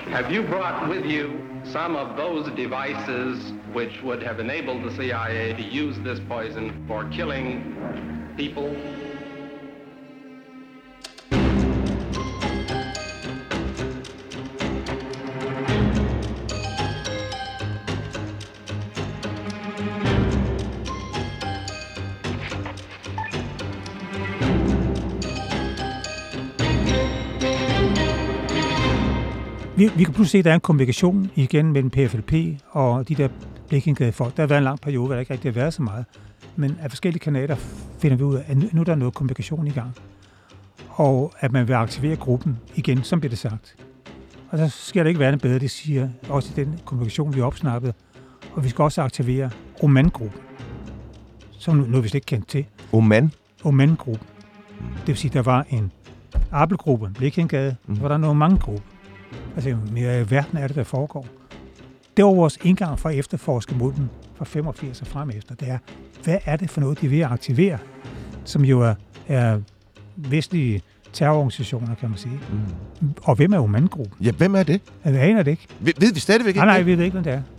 Have you brought with you some of those devices which would have enabled the CIA to use this poison for killing people? Vi kan pludselig se, at der er en kommunikation igen mellem PFLP og de der Blekinggade folk. Der har været en lang periode, hvor der ikke rigtig har været så meget. Men af forskellige kanaler finder vi ud af, at nu er der noget kommunikation i gang. Og at man vil aktivere gruppen igen, som bliver det sagt. Og så skal det ikke være noget bedre, det siger også i den kommunikation, vi opsnappede. Og vi skal også aktivere Oman-gruppen, som nu vi slet ikke kendt til. Oman-gruppen. Det vil sige, at der var en Abel-gruppe, en Blekinggade, så var der en Oman-gruppe. Altså, mere i verden er det, der foregår. Det var vores indgang for at efterforske mod dem fra 85 og frem efter. Det er, hvad er det for noget, de vil aktivere, som jo er vestlige terrororganisationer, kan man sige. Og hvem er Oman-gruppen? Ja, hvem er det? Jeg aner det ikke. Ved vi stadigvæk ikke? Nej, vi ved ikke, hvem det er.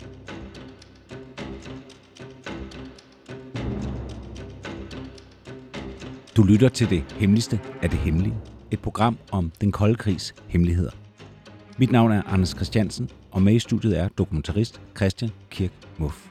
Du lytter til det hemmeligste af det hemmelige. Et program om den kolde krigs hemmeligheder. Mit navn er Anders Christiansen, og med i studiet er dokumentarist Christian Kirk Muff.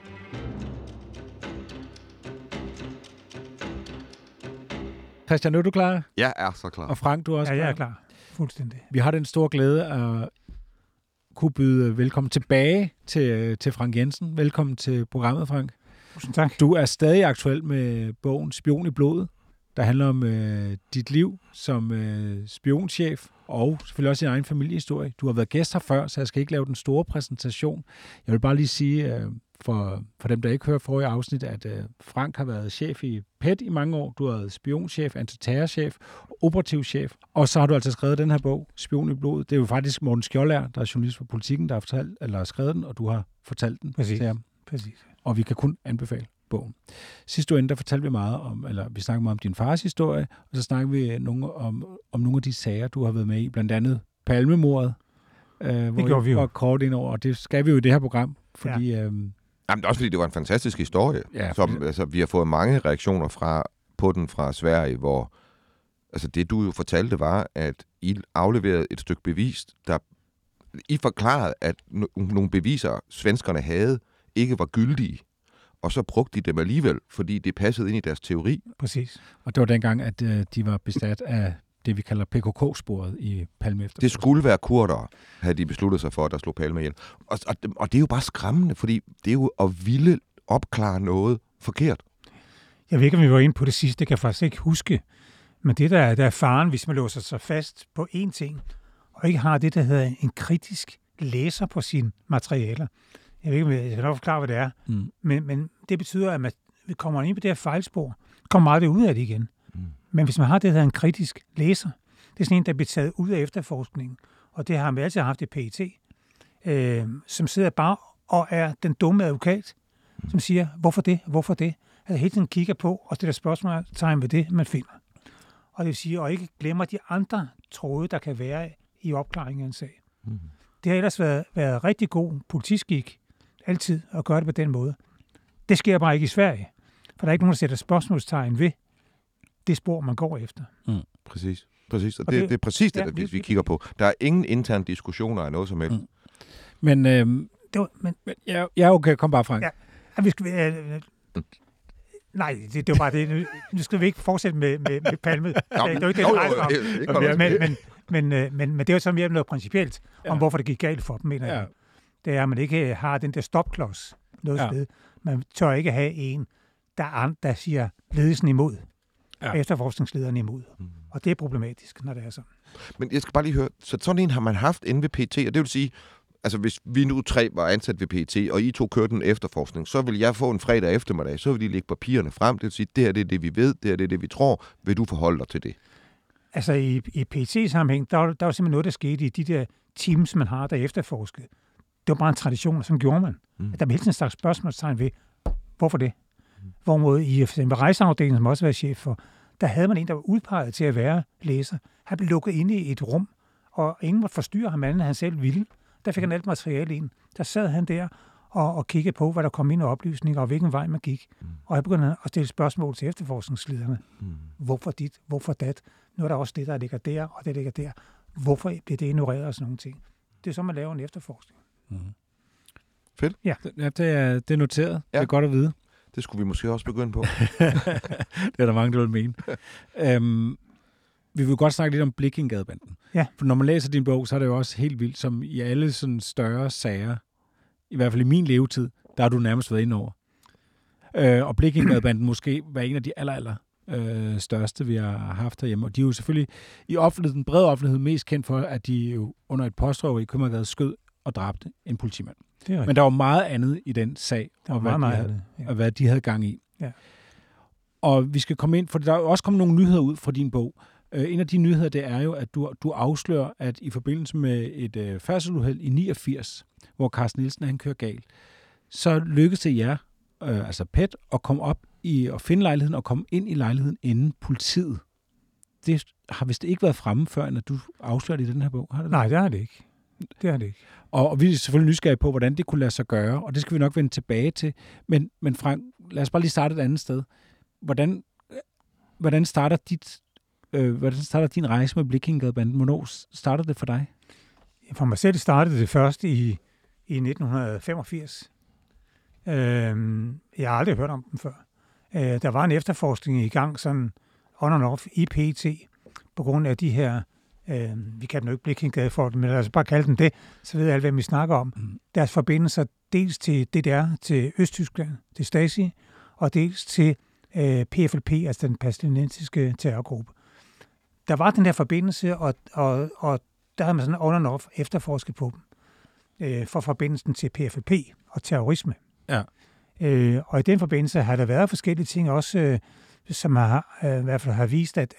Christian, er du klar? Jeg er så klar. Og Frank, du er også klar? Ja, jeg er klar. Fuldstændig. Vi har den store glæde at kunne byde velkommen tilbage til Frank Jensen. Velkommen til programmet, Frank. Tusind tak. Du er stadig aktuel med bogen Spion i blodet, der handler om dit liv som spionchef, og selvfølgelig også din egen familiehistorie. Du har været gæst her før, så jeg skal ikke lave den store præsentation. Jeg vil bare lige sige, for dem, der ikke hører forrige afsnit, at Frank har været chef i PET i mange år. Du har været spionchef, antiterrorchef, operativchef, og så har du altså skrevet den her bog, Spion i blodet. Det er jo faktisk Morten Skjoldær, der er journalist for Politikken, der har skrevet den, og du har fortalt den til ham. Præcis. Og vi kan kun anbefale bogen. Sidste uge, der fortalte vi meget om, eller vi snakkede meget om din fars historie, og så snakkede vi om nogle af de sager, du har været med i, blandt andet Palmemordet, hvor vi var kort ind over, og det skal vi jo i det her program, fordi... Jamen, det er også fordi, det var en fantastisk historie, som altså, vi har fået mange reaktioner på den fra Sverige, hvor altså, det du jo fortalte var, at I afleverede et stykke bevis, der I forklarede, at nogle beviser, svenskerne havde, ikke var gyldige. Og så brugte de dem alligevel, fordi det passede ind i deres teori. Præcis. Og det var dengang, at de var besat af det, vi kalder PKK-sporet i Palme efter. Det skulle være kurdere, havde de besluttet sig for, at der slog Palme ihjel. Og det er jo bare skræmmende, fordi det er jo at ville opklare noget forkert. Jeg ved ikke, om vi var inde på det sidste, det kan jeg faktisk ikke huske. Men det, der er faren, hvis man låser sig fast på én ting, og ikke har det, der hedder en kritisk læser på sine materialer. Jeg ved ikke, jeg kan nok forklare, hvad det er. Men det betyder, at vi kommer ind på det her fejlspor, kommer aldrig ud af det igen. Men hvis man har det, der hedder en kritisk læser, det er sådan en, der bliver taget ud af efterforskningen, og det har man altid haft i PET, som sidder bare og er den dumme advokat, som siger, hvorfor det? Altså hele tiden kigger på og stiller spørgsmålstegn ved det, man finder. Og det vil sige, og ikke glemmer de andre tråde, der kan være i opklaringen af en sag. Det har ellers været rigtig god politiskik, altid at gøre det på den måde. Det sker bare ikke i Sverige, for der er ikke nogen, der sætter spørgsmålstegn ved det spor, man går efter. Præcis. Og det er præcis det, hvis vi kigger på. Der er ingen interne diskussioner af noget som helst. Men okay, kom bare frem. Ja, vi skal... Nej, det var bare det. Nu skal vi ikke fortsætte med Palme. Det er jo ikke det, men det er jo sådan mere noget principielt om, hvorfor det gik galt for dem, mener jeg. Det er, at man ikke har den der stopklods noget sted. Man tør ikke have en, der siger ledelsen imod. Efterforskningslederen imod. Og det er problematisk, når det er sådan. Men jeg skal bare lige høre, så sådan en har man haft inde ved PET, og det vil sige, altså hvis vi nu 3 var ansat ved PET, og I 2 kørte en efterforskning, så vil jeg få en fredag eftermiddag, så vil de lægge papirerne frem, det vil sige, det her det er det, vi ved, det her det er det, vi tror, vil du forholde dig til det? Altså i PET-sammenhæng, der var simpelthen noget, der skete i de der teams, man har, der efterforskede. Det var bare en tradition, og sådan gjorde man. Der var hele tiden en slags spørgsmålstegn ved, hvorfor det? Hvorimod i rejseafdelingen, som også var chef for, der havde man en, der var udpeget til at være læser. Han blev lukket inde i et rum, og ingen måtte forstyrre ham, anden han selv ville. Der fik han alt materiale ind. Der sad han der og kiggede på, hvad der kom ind af oplysninger, og hvilken vej man gik. Og jeg begyndte at stille spørgsmål til efterforskningslederne. Hvorfor dit? Hvorfor dat? Nu er der også det, der ligger der, og det ligger der. Hvorfor bliver det ignoreret og sådan nogle ting? Det er så, man laver en efterforskning. Fedt. Ja. Det er noteret. Ja. Det er godt at vide. Det skulle vi måske også begynde på. Det er der mange, der vil mene. Vi vil godt snakke lidt om Blekingegadebanden. Ja. For når man læser din bog, så er det jo også helt vildt, som i alle sådan større sager, i hvert fald i min levetid, der har du nærmest været inde over. Og Blekingegadebanden måske var en af de aller største, vi har haft herhjemme. Og de er jo selvfølgelig i den brede offentlighed mest kendt for, at de jo under et postrøveri i Købmagergade skød og dræbte en politimand. Men der var meget andet i den sag, og hvad de havde gang i. Ja. Og vi skal komme ind, for der er også kommet nogle nyheder ud fra din bog. En af de nyheder, det er jo, at du afslører, at i forbindelse med et færdselsuheld i 89, hvor Carsten Nielsen han kører galt, så lykkedes det jer, altså PET, at komme op og finde lejligheden og komme ind i lejligheden inden politiet. Det har vist ikke været fremme før, når du afslører det i den her bog, har det? Nej, det har det ikke. Det har det ikke. Og vi er selvfølgelig nysgerrige på, hvordan det kunne lade sig gøre, og det skal vi nok vende tilbage til. Men Frank, lad os bare lige starte et andet sted. Hvordan starter din rejse med Blekingegadebanden? Hvornår starter det for dig? For mig selv startede det først i 1985. Jeg har aldrig hørt om den før. Der var en efterforskning i gang, sådan on and off i PET, på grund af de her, vi kan jo ikke Blekingegadefolk, men lad os bare kalde dem det, så ved alle, hvem vi snakker om. Deres forbindelser dels til DDR, til Østtyskland, til Stasi, og dels til PFLP, altså den palæstinensiske terrorgruppe. Der var den her forbindelse, og der havde man sådan on and off efterforsket på dem, for forbindelsen til PFLP og terrorisme. Ja. Og i den forbindelse har der været forskellige ting også, som i hvert fald har vist, at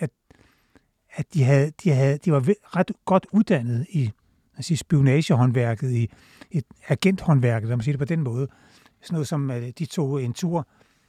de var ret godt uddannet i spionagehåndværket, i et agenthåndværket, lad mig sige det på den måde. Sådan noget som, de tog en tur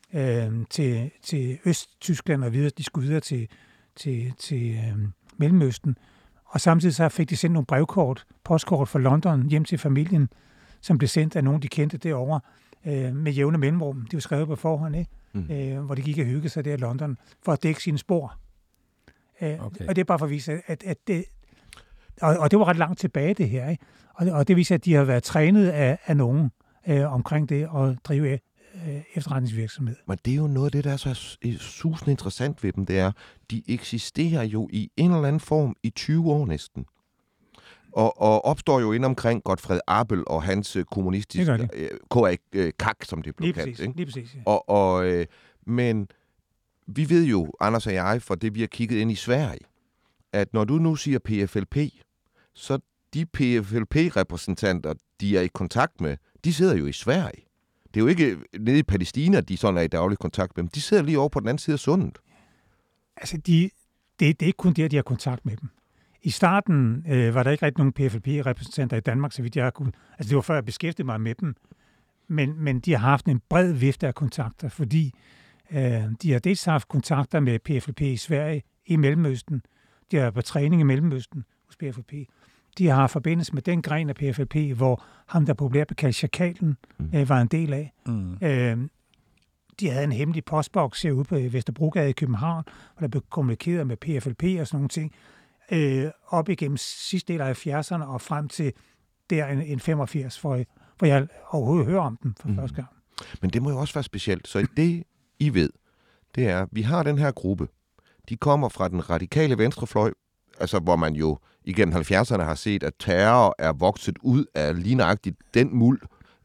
til Østtyskland og videre, de skulle videre til Mellemøsten, og samtidig så fik de sendt nogle postkort fra London hjem til familien, som blev sendt af nogen, de kendte derovre, med jævne mellemrum. De var skrevet på forhånd, ikke? Hvor de gik og hyggede sig der i London, for at dække sine spor. Okay. Og det er bare for at vise, at det... Og det var ret langt tilbage, det her, ikke? Og det viser, at de har været trænet af nogen omkring det at drive efterretningsvirksomhed. Men det er jo noget af det, der er så susende interessant ved dem, det er, de eksisterer jo i en eller anden form i 20 år næsten. Og opstår jo ind omkring Gottfred Abel og hans kommunistiske KA-kak, som det blev kaldt. Ikke? Lige præcis, ja. Men vi ved jo, Anders og jeg, for det vi har kigget ind i Sverige, at når du nu siger PFLP, så de PFLP-repræsentanter, de er i kontakt med, de sidder jo i Sverige. Det er jo ikke nede i Palæstina, de sådan er i daglig kontakt med dem. De sidder lige over på den anden side af sundet. Altså, det er ikke kun det, at de har kontakt med dem. I starten var der ikke rigtig nogen PFLP-repræsentanter i Danmark, så vidt jeg kunne... Altså, det var før, jeg beskæftigede mig med dem. Men de har haft en bred vifte af kontakter, fordi de har dels haft kontakter med PFLP i Sverige, i Mellemøsten. De har på træning i Mellemøsten hos PFLP. De har forbindelse med den gren af PFLP, hvor ham, der populært blev kaldt Sjakalen, var en del af. De havde en hemmelig postboks herude på Vesterbrogade i København, hvor der blev kommunikeret med PFLP og sådan nogle ting. Op igennem sidste del af 70'erne og frem til der en 85, hvor jeg overhovedet hører om dem for første gang. Men det må jo også være specielt. Så det, I ved, det er, vi har den her gruppe. De kommer fra den radikale venstrefløj, altså hvor man jo igennem 70'erne har set, at terror er vokset ud af lige nøjagtigt den muld.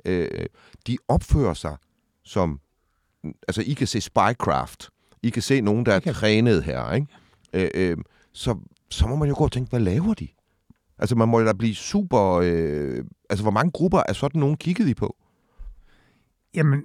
De opfører sig som... Altså, I kan se spycraft. I kan se nogen, der er trænet her, ikke? Så må man jo gå og tænke, hvad laver de? Altså, man må jo da blive super... altså, hvor mange grupper er sådan nogen kiggede I på? Jamen,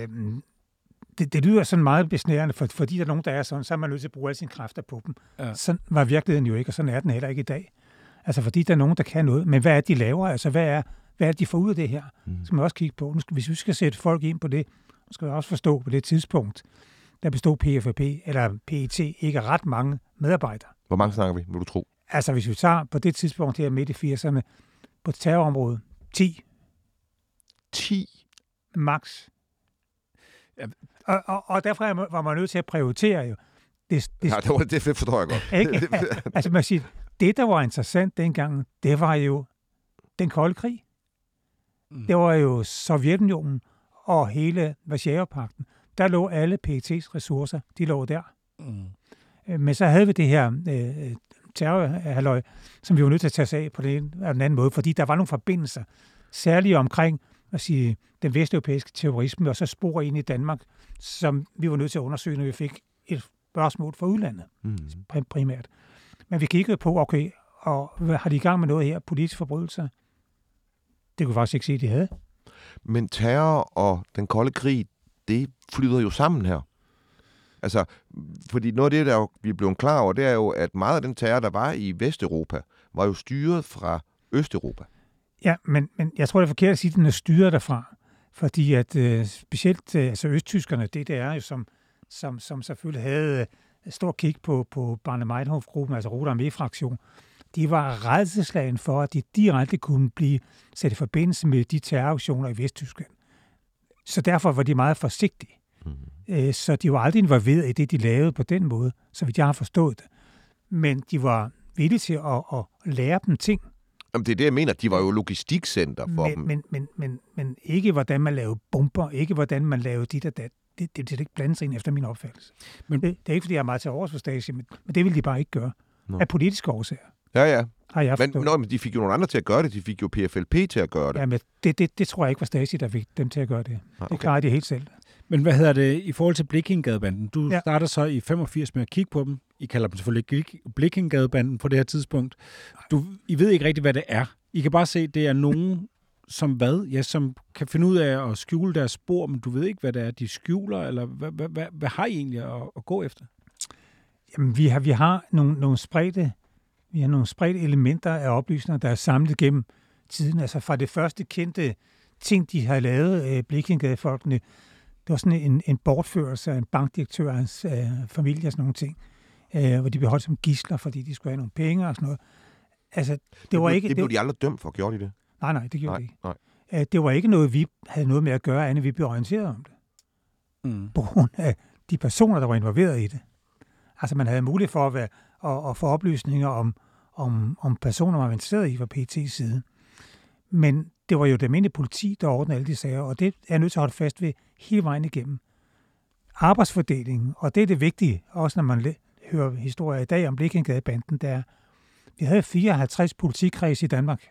det lyder sådan meget besnærende, fordi der er nogen, der er sådan, så er man nødt til at bruge alle sine kræfter på dem. Ja. Sådan var virkeligheden jo ikke, og sådan er den heller ikke i dag. Altså, fordi der er nogen, der kan noget. Men hvad er de laver? Altså, hvad er de får ud af det her? Skal man også kigge på. Hvis vi skal sætte folk ind på det, så skal vi også forstå på det tidspunkt, der bestod PFLP, eller PET, ikke ret mange medarbejdere. Hvor mange snakker vi, vil du tro? Altså, hvis vi tager på det tidspunkt her midt i 80'erne, på terrorområdet, 10. 10? Max. Ja. Og derfor var man nødt til at prioritere jo. Det forstår jeg godt. Ikke? Altså man siger, det der var interessant dengang, det var jo den kolde krig. Det var jo Sovjetunionen og hele Warszawapagten. Der lå alle PET's ressourcer, de lå der. Men så havde vi det her terrorhalløj, som vi var nødt til at tage sig af på den ene eller den anden måde, fordi der var nogle forbindelser, særligt omkring den vesteuropæiske terrorisme, og så spor ind i Danmark, som vi var nødt til at undersøge, når vi fik et spørgsmål fra udlandet, primært. Men vi kiggede på, okay, og har de i gang med noget her, politiske forbrydelser? Det kunne vi faktisk ikke se, de havde. Men terror og den kolde krig, det flyder jo sammen her. Altså, fordi noget af det, der vi er blevet klar over, det er jo, at meget af den terror, der var i Vesteuropa, var jo styret fra Østeuropa. Ja, men jeg tror, det er forkert at sige, at den er styret derfra. Fordi at specielt østtyskerne, det er jo, som selvfølgelig havde stor kig på Barne-Meinhof-gruppen, altså Rote Armee-fraktion, de var rædselsslagen for, at de direkte kunne blive sat i forbindelse med de terroraktioner i Vesttyskland. Så derfor var de meget forsigtige. Så de var aldrig involveret i det, de lavede på den måde, så vidt jeg har forstået det. Men de var villige til at lære dem ting. Jamen, det er det, jeg mener. De var jo logistikcenter for dem. Men ikke, hvordan man lavede bomber, ikke, hvordan man lavede dit og dat. Det ikke blande sig ind efter min opfattelse. Men det er ikke, fordi jeg er meget til overs for Stasi, men det ville de bare ikke gøre. Af politiske årsager. Ja. Har jeg forstået. Men de fik jo nogle andre til at gøre det. De fik jo PFLP til at gøre det. Ja, men det tror jeg ikke var Stasi, der fik dem til at gøre det. Okay. Det klarer de helt selv. Men hvad hedder det i forhold til Blekingegadebanden? Du starter så i 85 med at kigge på dem. I kalder dem selvfølgelig Blekingegadebanden på det her tidspunkt. I ved ikke rigtigt, hvad det er. I kan bare se, det er nogen, som som kan finde ud af at skjule deres spor, men du ved ikke, hvad det er, de skjuler, eller hvad har I egentlig at gå efter? Jamen, vi har nogle spredte elementer af oplysninger, der er samlet gennem tiden. Altså fra det første kendte ting, de har lavet, Blekingegadefolkene, det var sådan en bortførelse af en bankdirektør og hans familie og sådan nogle ting, hvor de blev holdt som gidsler, fordi de skulle have nogle penge og sådan noget. Altså, det blev de aldrig dømt for, gjorde de det? Nej, det gjorde de ikke. Nej. Det var ikke noget, vi havde noget med at gøre, andet vi blev orienteret om det. På grund af de personer, der var involveret i det. Altså, man havde mulighed for at få oplysninger om personer, man var interesseret i fra PET's side. Men det var jo det almindelige politi, der ordnede alle de sager, og det er jeg nødt til at holde fast ved hele vejen igennem. Arbejdsfordelingen, og det er det vigtige, også når man hører historier i dag om Blekingegadebanden, der vi havde 54 politikredse i Danmark.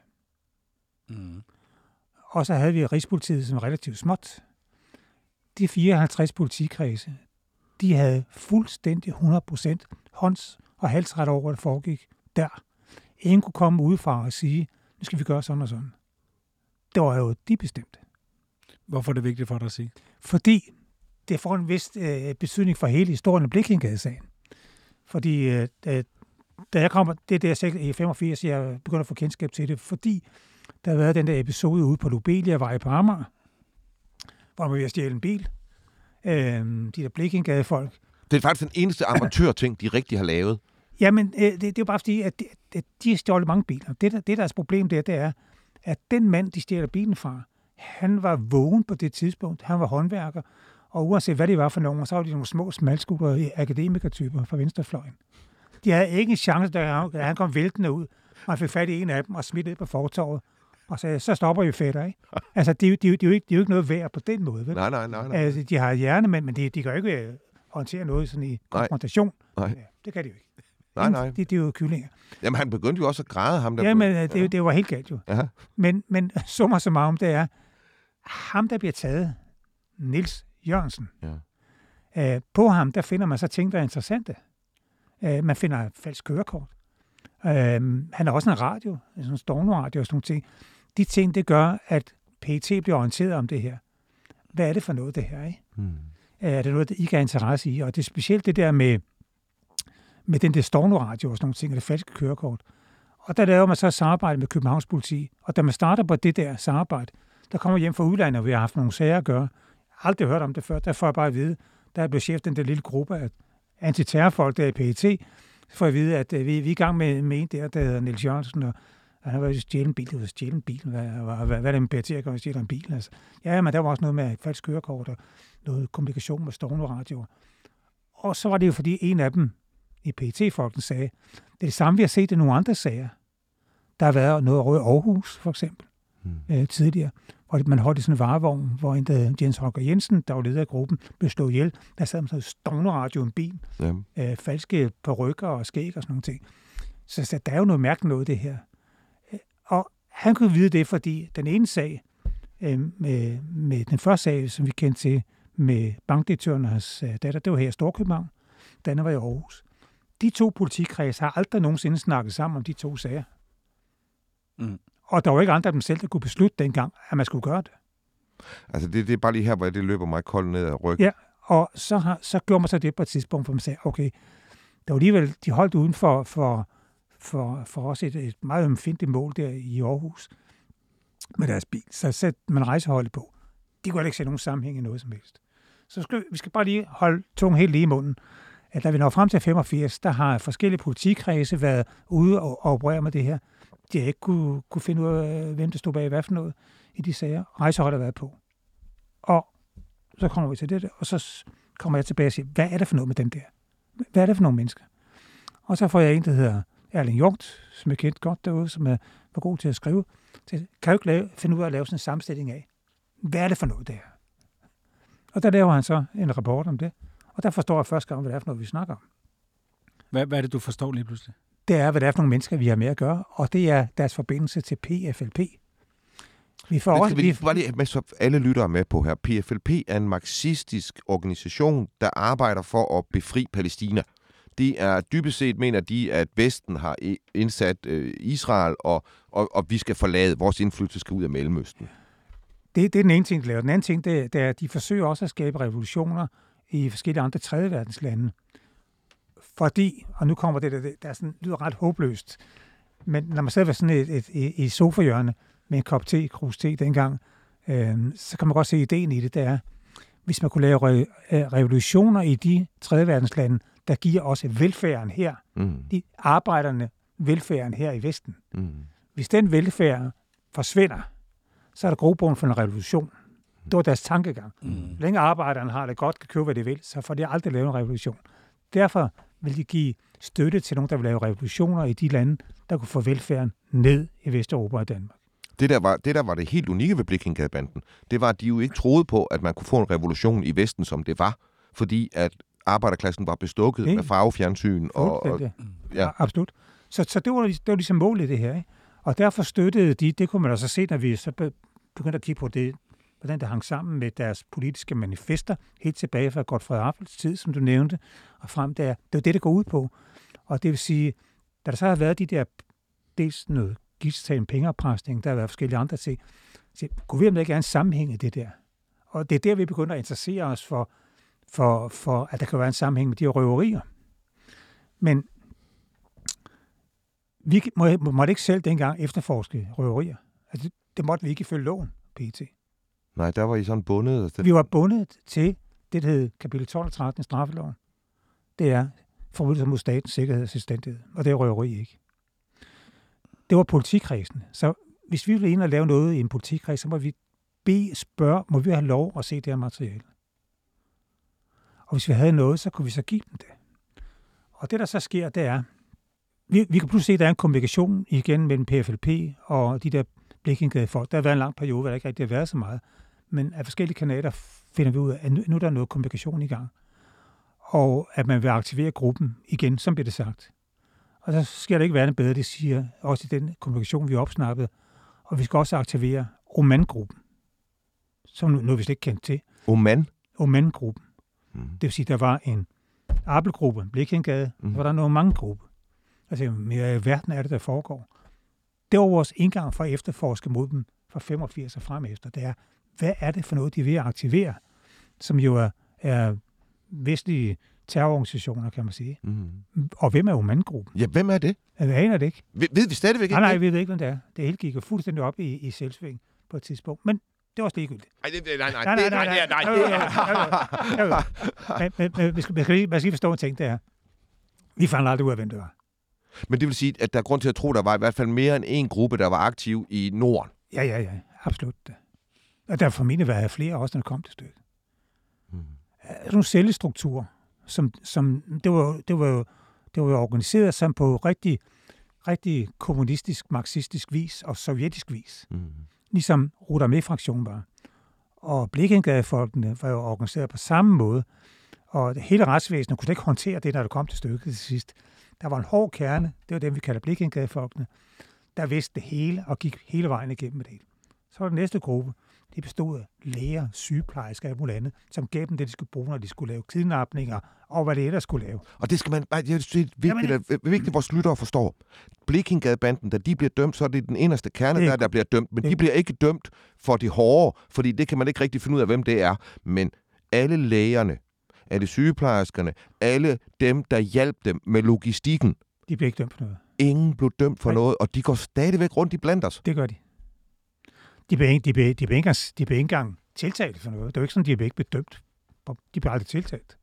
Og så havde vi Rigspolitiet som relativt småt. De 54 politikredse, de havde fuldstændig 100% hånds- og halsret over, hvad der foregik der. Ingen kunne komme udefra og sige, nu skal vi gøre sådan og sådan. Det var jo de bestemte. Hvorfor er det vigtigt for dig at sige? Fordi det får en vis betydning for hele historien af Blekingegadesagen. Fordi da jeg kommer, det er der i 85, jeg begynder at få kendskab til det, fordi der har været den der episode ude på Lobeliavej på Amager, hvor man var ved at stjæle en bil. De der Blekingegadefolk. Det er faktisk den eneste amatørting, de rigtig har lavet. Jamen, det er jo bare fordi, at de har stjålet mange biler. Det deres problem det er, at den mand, de stjæler bilen fra, han var vågen på det tidspunkt. Han var håndværker, og uanset hvad det var for nogen, så var de nogle små smalskuldrede akademikertyper fra venstrefløjen. De havde ikke en chance, da han kom væltende ud, og han fik fat i en af dem og smidt ned på fortorvet, og sagde, så stopper vi fætter, ikke? Altså, det er jo ikke noget værd på den måde, vel? Nej. Altså, de har hjerne, men de kan jo ikke håndtere noget sådan i konfrontation. Nej. Ja, det kan de jo ikke. Nej. Det er jo kyllinger. Jamen, han begyndte jo også at græde, ham der. Jamen, det var helt galt jo. Ja. Men summa summarum, det er, ham der bliver taget, Niels Jørgensen, på ham, der finder man så ting, der er interessante. Man finder falsk kørekort. Han har også en radio, sådan en stormradio og sådan nogle ting. De ting, det gør, at PET bliver orienteret om det her. Hvad er det for noget, det her, ikke? Er det noget, der ikke har interesse i? Og det er specielt det der med den der stormradio og sådan nogle ting, og det falske kørekort. Og der laver man så samarbejde med Københavns politi. Og da man starter på det der samarbejde, der kommer hjem fra udlandet, og vi har haft nogle sager at gøre. Jeg har aldrig hørt om det før. Der får jeg bare at vide, der er blevet chef den der lille gruppe af antiterrorfolk der i PET, for at vide, at vi er i gang med en der hedder Niels Jørgensen, Han var jo stjælet en bil, det var stjælet en bil. Hvad er det med PET at gøre stjæle en bil? Altså, ja, men der var også noget med falsk kørekort og noget kommunikation med stående radioer. Og så var det jo, fordi en af dem i PET-folken sagde, det er det samme, vi har set i nogle andre sager. Der har været noget over i Aarhus, for eksempel, tidligere, hvor man holdt i sådan en varevogn, hvor en der Jens Holger Jensen, der var leder af gruppen, blev slået ihjel. Der sad med sådan en stående radio i en bil, falske perukker og skæg og sådan nogle ting. Så der er jo noget mærkeligt noget, det her. Og han kunne vide det, fordi den ene sag, med den første sag, som vi kendte til, med bankdirektøren og hans datter, det var her i Storkøbenhavn. Den var i Aarhus. De to politikredse har aldrig nogensinde snakket sammen om de to sager. Og der var ikke andre af dem selv, der kunne beslutte dengang, at man skulle gøre det. Altså det er bare lige her, hvor det løber mig koldt ned ad ryggen. Ja, og så gjorde man så det på et tidspunkt, hvor man sagde, okay, der var alligevel, de holdt uden for os et meget ømfindtligt mål der i Aarhus med deres bil. Så satte man rejseholdet på. De kunne ikke se nogen sammenhæng i noget som helst. Så vi skal bare lige holde tungen helt lige i munden. At da vi når frem til 85, der har forskellige politikredse været ude og operere med det her. De har ikke kunne finde ud af, hvem der stod bag hvad for noget i de sager. Rejseholdet har været på. Og så kommer vi til det der, og så kommer jeg tilbage og siger, hvad er det for noget med dem der? Hvad er det for nogle mennesker? Og så får jeg en, der hedder Erling Hjort, som jeg kendte godt derude, som var god til at skrive. Kan jo ikke finde ud af at lave sådan en sammenstilling af, hvad er det for noget der? Og der laver han så en rapport om det. Og der forstår jeg første gang, hvad det er for noget, vi snakker om. Hvad er det, du forstår lige pludselig? Det er, hvad det er for nogle mennesker, vi har med at gøre, og det er deres forbindelse til PFLP. Vi får også... Bare lige med, så alle lyttere med på her. PFLP er en marxistisk organisation, der arbejder for at befri Palæstina. Det er dybest set, mener de, at Vesten har indsat Israel, og vi skal forlade, vores indflydelse skal ud af Mellemøsten. Det er den ene ting, de laver. Den anden ting, det er, at de forsøger også at skabe revolutioner i forskellige andre tredje verdenslande. Fordi, og nu kommer det der sådan, lyder ret håbløst, men når man sidder ved sådan et sofahjørne med en kop te, krus te dengang, så kan man godt se ideen i det, der er, hvis man kunne lave revolutioner i de tredje verdenslande, der giver også velfærden her, de arbejderne velfærden her i Vesten. Hvis den velfærd forsvinder, så er der grobund for en revolution. Det var deres tankegang. Længe arbejderne har det godt, kan købe, hvad de vil, så får de aldrig lavet en revolution. Derfor vil de give støtte til nogen, der vil lave revolutioner i de lande, der kunne få velfærden ned i Vesteuropa og Danmark. Det der var det helt unikke ved Blekingegadebanden, det var, at de jo ikke troede på, at man kunne få en revolution i Vesten, som det var, fordi at arbejderklassen var bestukket med farvefjernsyn. Ja. Absolut. Så det var ligesom målet i det her. Ikke? Og derfor støttede de, det kunne man også se, når vi så begyndte at kigge på det, hvordan det hang sammen med deres politiske manifester, helt tilbage fra Godfred Appels tid, som du nævnte, og frem der. Det var det går ud på. Og det vil sige, da der så har været de der, dels noget gidseltagning, pengeoppresning, der har været forskellige andre ting, så kunne vi ikke have en sammenhæng i det der. Og det er der, vi begynder at interessere os for at der kan være en sammenhæng med de her røverier. Men vi måtte ikke selv dengang efterforske røverier. Altså, det måtte vi ikke ifølge loven, PET. Nej, der var I sådan bundet. Vi var bundet til det, der hed kapitel 12 og 13 i straffeloven. Det er forbrydelser mod statens sikkerhed og selvstændighed, og det er røveri ikke. Det var politikredsen. Så hvis vi ville ind og lave noget i en politikreds, så må vi spørge, må vi have lov at se det her materiale? Og hvis vi havde noget, så kunne vi så give dem det. Og det, der så sker, det er, vi kan pludselig se, at der er en kommunikation igen mellem PFLP og de der Blekingegadefolk. Der har været en lang periode, hvor der ikke rigtig har været så meget. Men af forskellige kanaler finder vi ud af, at nu er der noget kommunikation i gang. Og at man vil aktivere gruppen igen, som bliver det sagt. Og så skal det ikke være bedre, det siger også i den kommunikation, vi har opsnappet. Og vi skal også aktivere Oman-gruppen, som nu vi slet ikke kendt til. Oman-gruppen. Det vil sige, der var en Appelgruppe, Blekingegade, hvor der er en Oman-gruppe. Altså, mere i verden er det, der foregår. Det var vores indgang for at efterforske mod dem fra 85 og frem efter. Det er, hvad er det for noget, de vil aktivere, som jo er vestlige terrororganisationer, kan man sige. Og hvem er Oman-gruppen? Ja, hvem er det? Jeg aner det ikke. Ved vi stadigvæk ikke? Nej, vi ved ikke, hvem det er. Det hele gik jo fuldstændig op i selvsving på et tidspunkt. Men det var også ligegyldigt. Nej. Men man skal forstå en ting, det er, vi fandt aldrig ud af, hvem det var. Men det vil sige, at der er grund til at tro, at der var i hvert fald mere end en gruppe, der var aktiv i Norden. Ja, absolut. Og der har formentlig været flere også, når det kom til stykket. Nogle cellestrukturer, som det var jo organiseret som på rigtig kommunistisk, marxistisk vis og sovjetisk vis. Ligesom Ruder-med-fraktionen var. Og Blekingegadefolkene var jo organiseret på samme måde. Og hele retsvæsenet kunne slet ikke håndtere det, når det kom til stykket til sidst. Der var en hård kerne, det var dem, vi kalder Blekingegadefolkene, der vidste det hele og gik hele vejen igennem det. Så var den næste gruppe, det bestod af læger, sygeplejersker og alt muligt andet, som gav dem det, de skulle bruge, når de skulle lave kidnapninger, og hvad det ellers skulle lave. Og det skal man bare, det er vigtigt, at vores lyttere forstår. Blekingegadebanden, da de bliver dømt, så er det den inderste kerne, der bliver dømt, men de bliver ikke dømt for de hårde, fordi det kan man ikke rigtig finde ud af, hvem det er. Men alle lægerne, alle sygeplejerskerne, alle dem, der hjalp dem med logistikken, de blev ikke dømt for noget. Ingen blev dømt for noget, og de går stadigvæk rundt i blandt os. Det gør de. De blev ikke engang tiltalt for noget. Det er jo ikke sådan, de blev ikke bedømt. De blev aldrig tiltalt.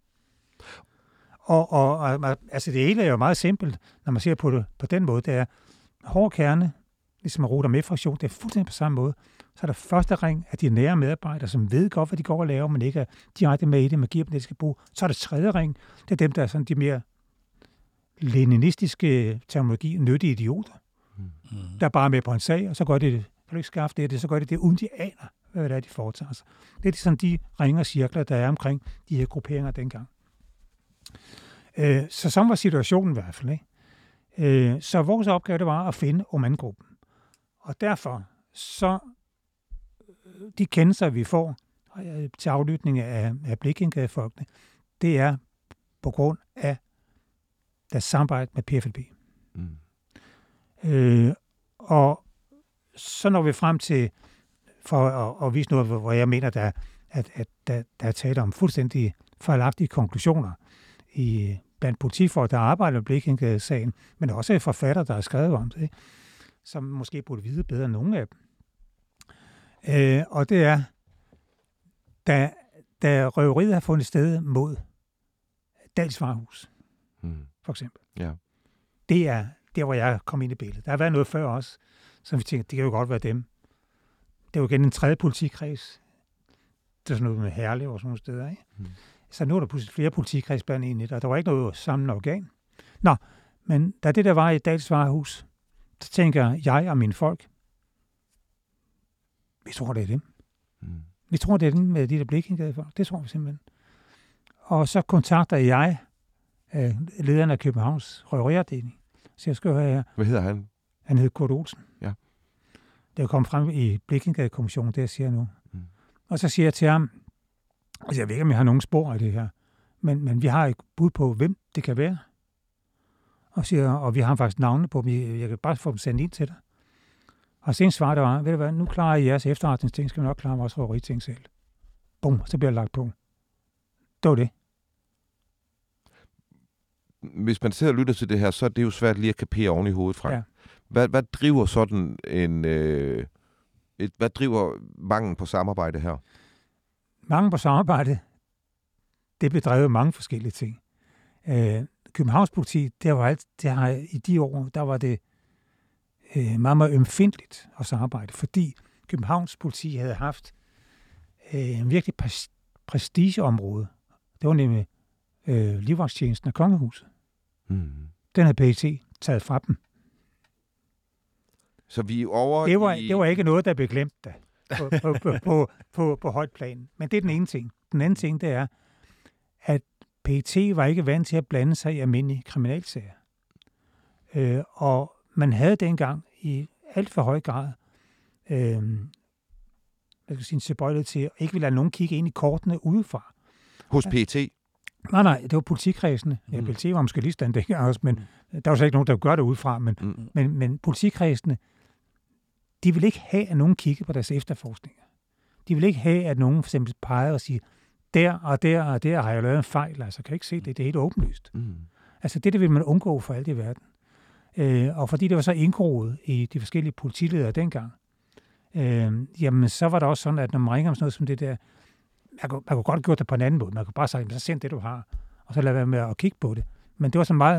Og altså det hele er jo meget simpelt, når man ser på det på den måde. Det er hård kerne, ligesom Ruder-med-fraktion, det er fuldstændig på samme måde. Så er der første ring af de nære medarbejdere, som ved godt, hvad de går og laver, men ikke er direkte med i det, man giver dem det, de skal bruge. Så er der tredje ring, det er dem, der er sådan de mere leninistiske terminologi, nyttige idioter, der er bare med på en sag, og så gør det, kan du ikke skaffe det, så gør det uden de aner, hvad det er, de foretager sig. Det er sådan de ringe og cirkler, der er omkring de her grupperinger dengang. Så sådan var situationen i hvert fald, ikke? Så vores opgave, det var at finde Oman-gruppen. Og derfor, så de kendelser, vi får til aflytning af Blekingegadefolkene, det er på grund af deres samarbejde med PFLP. Og så når vi frem til, for at vise noget, hvor jeg mener, at der er tale om fuldstændig fejlagtige konklusioner blandt politifolk, der arbejder med Blekingegadesagen, men også forfattere, der har skrevet om det, ikke? Som måske burde vide bedre end nogen af dem. Og det er, da røveriet har fundet sted mod Dahls Varehus, for eksempel. Ja. Det er der, hvor jeg kom ind i billedet. Der har været noget før også, som vi tænker, det kan jo godt være dem. Det er jo igen en tredje politikreds. Det er sådan noget med Herlev og sådan nogle steder, ikke? Så nu er der pludselig flere politikreds blandt en, og der var ikke noget sammen organ. Nå, men da det der var i Dahls Varehus, så tænker jeg og mine folk, vi tror, det er dem. Vi tror, det er dem med de der Blekingegadefolk. Det tror vi simpelthen. Og så kontakter jeg lederen af Københavns røveriafdeling. Så jeg skal høre her. Hvad hedder han? Han hedder Kurt Olsen. Ja. Det er kommet frem i Blekingegadekommissionen, det jeg siger nu. Og så siger jeg til ham, altså jeg ved ikke, om jeg har nogen spor af det her, men vi har et bud på, hvem det kan være. Og vi har faktisk navne på dem. Jeg kan bare få dem sendt ind til dig. Og sen svarede var, ved du hvad, nu klarer I jeres efterretningsting, skal vi nok klare vores røveriting selv. Bum, så bliver det lagt på. Det var det. Hvis man sidder og lytter til det her, så er det jo svært lige at kapere oven i hovedet fra. Ja. Hvad driver sådan hvad driver manglen på samarbejde her? Manglen på samarbejde, det bedrev mange forskellige ting. Københavns politi, i de år, der var det meget, meget ømfindtligt at samarbejde, fordi Københavns politi havde haft en virkelig prestigeområde. Det var nemlig livvagtstjenesten af Kongehuset. Den havde PET taget fra dem. Så vi er over det var ikke noget, der blev glemt da, på højt plan. Men det er den ene ting. Den anden ting, det er, at PET var ikke vant til at blande sig i almindelige kriminalsager. Og man havde dengang i alt for høj grad tilbøjelighed til at ikke ville lade nogen kigge ind i kortene udefra. Hos PET? Nej, det var politikredsene. Ja, PET var måske lige stand dengang også, men der var så ikke nogen, der gør det udefra. Men politikredsene, de ville ikke have, at nogen kiggede på deres efterforskninger. De ville ikke have, at nogen for eksempel pegede og siger, der og der har jeg lavet en fejl. Altså, kan jeg ikke se det? Det er helt åbenlyst. Altså, det vil man undgå for alt i verden. Og fordi det var så indgroet i de forskellige politiledere dengang, jamen, så var det også sådan, at når man ringer om sådan noget som det der, man kunne godt gøre det på en anden måde. Man kunne bare sige, så send det, du har, og så lad være med at kigge på det. Men det var så meget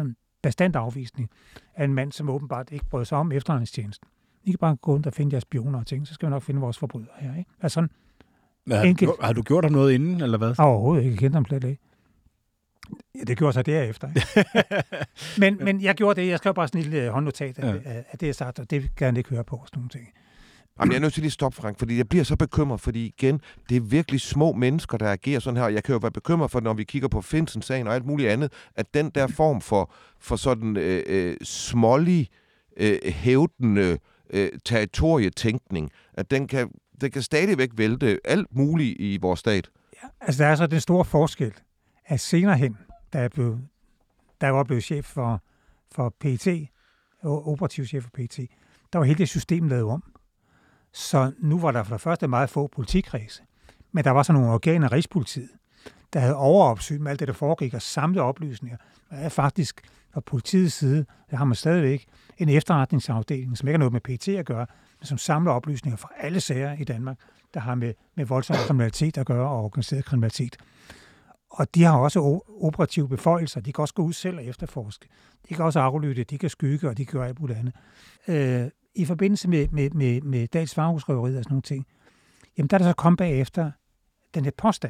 bastant afvisning af en mand, som åbenbart ikke brød sig om efterretningstjenesten. I kan bare gå rundt og finde jeres spioner og ting, så skal vi nok finde vores forbrydere her. Ikke? Altså sådan, har du gjort ham noget inden, eller hvad? Overhovedet ikke. Jeg kendte ham slet ikke. Ja, det gjorde sig derefter. Ikke? men jeg gjorde det. Jeg skrev bare sådan en lille håndnotat af det, jeg sagde, og det vil jeg gerne ikke høre på. Sådan nogle ting. Jamen, jeg er nødt til lige at stoppe, Frank, fordi jeg bliver så bekymret, fordi igen, det er virkelig små mennesker, der agerer sådan her, og jeg kan jo være bekymret for, når vi kigger på Finsen-sagen og alt muligt andet, at den der form for sådan smålig, hævdende territorietænkning, at den kan stadigvæk vælte alt muligt i vores stat. Ja, altså der er så den store forskel, at senere hen, der var blevet chef for PET, operativ chef for PET, der var hele det system lavet om. Så nu var der for det første meget få politikredse, men der var så nogle organer af Rigspolitiet, der havde overopsyn med alt det, der foregik, og samlede oplysninger. Og er faktisk fra politiets side, der har man stadigvæk en efterretningsafdeling, som ikke har noget med PET at gøre, men som samler oplysninger fra alle sager i Danmark, der har med voldsom kriminalitet at gøre og organiseret kriminalitet. Og de har også operative beføjelser. De kan også gå ud selv og efterforske. De kan også aflytte, de kan skygge, og de kan gøre alt muligt andet. I forbindelse med Dahls varehusrøveriet og sådan nogle ting, jamen der er der så kommet bagefter den her påstand.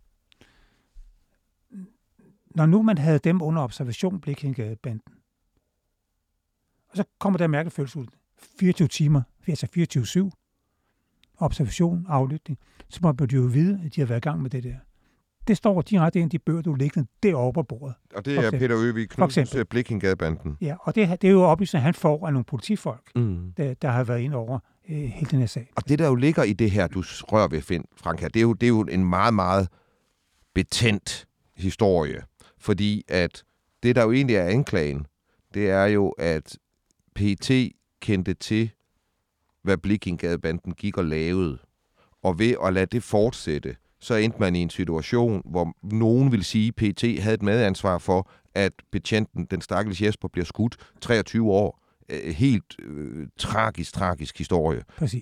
Når nu man havde dem under observation, Blekingegadebanden, og så kommer der mærkeligt følelse ud. 24 timer, altså 24/7, observation, aflytning, så må man jo vide, at de har været i gang med det der. Det står direkte ind i de bøger, du liggende derovre på bordet. Og det er Peter Øvig Knudsens Blekingegadebanden. Ja, og det er jo oplysninger, han får af nogle politifolk, der har været inde over hele den her sag. Og det, der jo ligger i det her, du rører ved, Frank, her, det er jo en meget, meget betændt historie. Fordi at det, der jo egentlig er anklagen, det er jo, at PET kendte til, hvad Blekingegadebanden gik og lavede. Og ved at lade det fortsætte, så endte man i en situation, hvor nogen vil sige, at PET havde et medansvar for, at betjenten, den stakkels Jesper, bliver skudt 23 år. Helt tragisk historie. Præcis.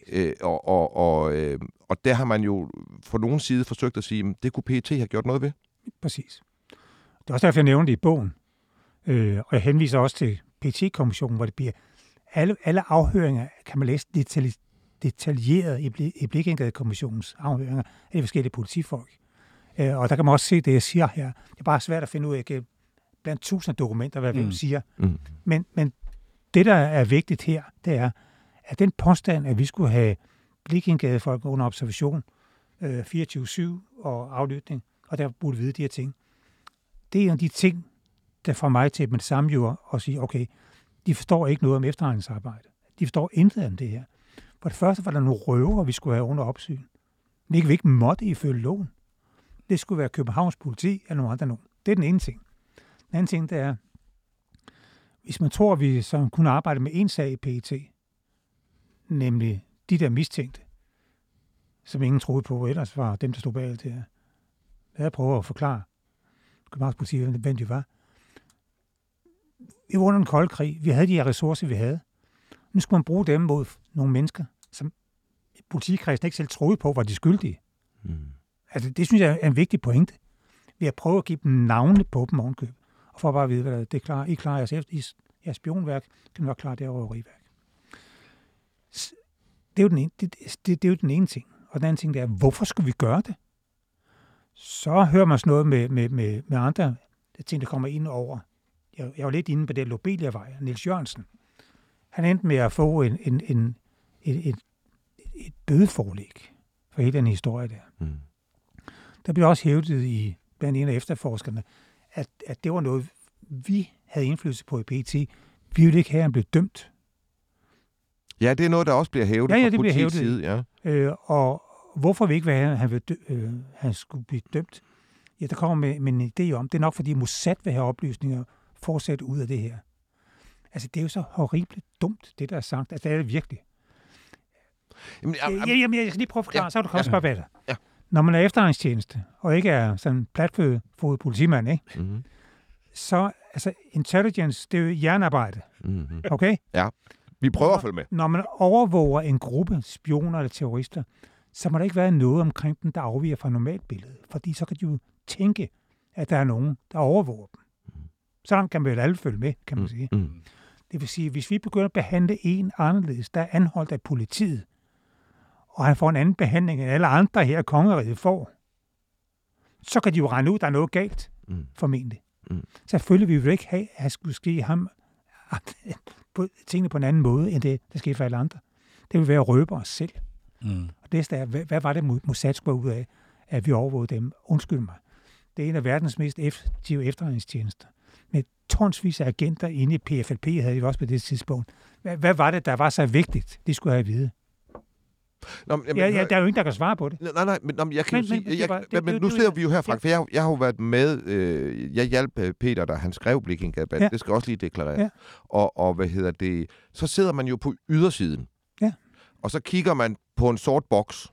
Og der har man jo fra nogen side forsøgt at sige, at det kunne PET have gjort noget ved. Præcis. Det er også derfor, jeg nævnte det i bogen. Og jeg henviser også til PET-kommissionen, hvor det bliver alle afhøringer, kan man læse detaljeret i Blekingegadekommissionens afhøringer af de forskellige politifolk. Og der kan man også se det, jeg siger her. Det er bare svært at finde ud af blandt 1000 dokumenter, hvad hvem siger. Men det, der er vigtigt her, det er, at den påstand, at vi skulle have Blekingegadefolk under observation 24/7 og aflytning, og der burde vide de her ting, det er en af de ting, der får mig til med det samme jo at sige, okay, de forstår ikke noget om efterretningsarbejde. De forstår intet om det her. For det første var der nogle røver, vi skulle have under opsyn. Vi ikke måtte ifølge loven. Det skulle være Københavns politi eller nogle andre nogen. Det er den ene ting. Den anden ting, det er, hvis man tror, at vi så kunne arbejde med en sag i PET, nemlig de der mistænkte, som ingen troede på, ellers var dem, der stod bag alt det her. Jeg prøver at forklare Københavns politi, hvem de var. Vi var under den kolde krig. Vi havde de her ressourcer, vi havde. Nu skulle man bruge dem mod nogle mennesker, som politikredsen ikke selv troede på, var de skyldige. Altså, det synes jeg er en vigtig pointe. Vi har prøvet at give dem navne på dem ovenkøb, og for at bare vide, hvad det er klar. I klarer jeres spionværk, kan nok klare det røveriværk. Det er jo den ene ting. Og den anden ting, det er, hvorfor skal vi gøre det? Så hører man sådan noget med andre ting, der kommer ind over. Jeg var lidt inde på det Lobelia-vej, Niels Jørgensen. Han endte med at få et bødeforlæg for hele den historie der. Der blev også hævdet blandt en af efterforskerne, at det var noget, vi havde indflydelse på i PET. Vi ville ikke have, at han blev dømt. Ja, det er noget, der også bliver hævdet fra politiets side. Ja. Og hvorfor vi ikke vil have, at han skulle blive dømt? Ja, der kommer med en idé om, det er nok fordi Mossad vil have oplysninger fortsat ud af det her. Altså, det er jo så horribelt dumt, det der er sagt. Altså, det er det virkelig. Jamen, jeg skal lige prøve at forklare, så kan du også spørge, hvad det er. Ja. Når man er efterretningstjeneste, og ikke er sådan en platfødet politimand, ikke? Mm-hmm. Så, altså, intelligence, det er jo hjernearbejde. Mm-hmm. Okay? Ja, vi prøver at følge med. Når man overvåger en gruppe spioner eller terrorister, så må der ikke være noget omkring dem, der afviger fra normalbilledet. Fordi så kan de jo tænke, at der er nogen, der overvåger dem. Så langt kan vi vel alle følge med, kan man sige. Det vil sige, hvis vi begynder at behandle en anderledes, der er anholdt af politiet, og han får en anden behandling, end alle andre her kongeriget får, så kan de jo regne ud, der er noget galt, formentlig. Selvfølgelig vil vi jo ikke have, at det skulle ske ham tingene på en anden måde, end det, der skete for alle andre. Det vil være at røbe os selv. Og det er, hvad var det, Mossad skulle ud af, at vi overvågede dem? Undskyld mig. Det er en af verdens mest effektive efterretningstjenester. Med tonsvis af agenter inde i PFLP havde de også på det tidspunkt. Hvad var det, der var så vigtigt? Det skulle jeg have vide. Nå, der er jo ingen, der kan svare på det. Nej, men jeg kan sige... Men nu sidder vi jo her, Frank, for jeg har jo været med... jeg hjalp Peter, da han skrev Blekingegadebanden. Det skal også lige deklarere. Ja. Og så sidder man jo på ydersiden. Ja. Og så kigger man på en sort boks.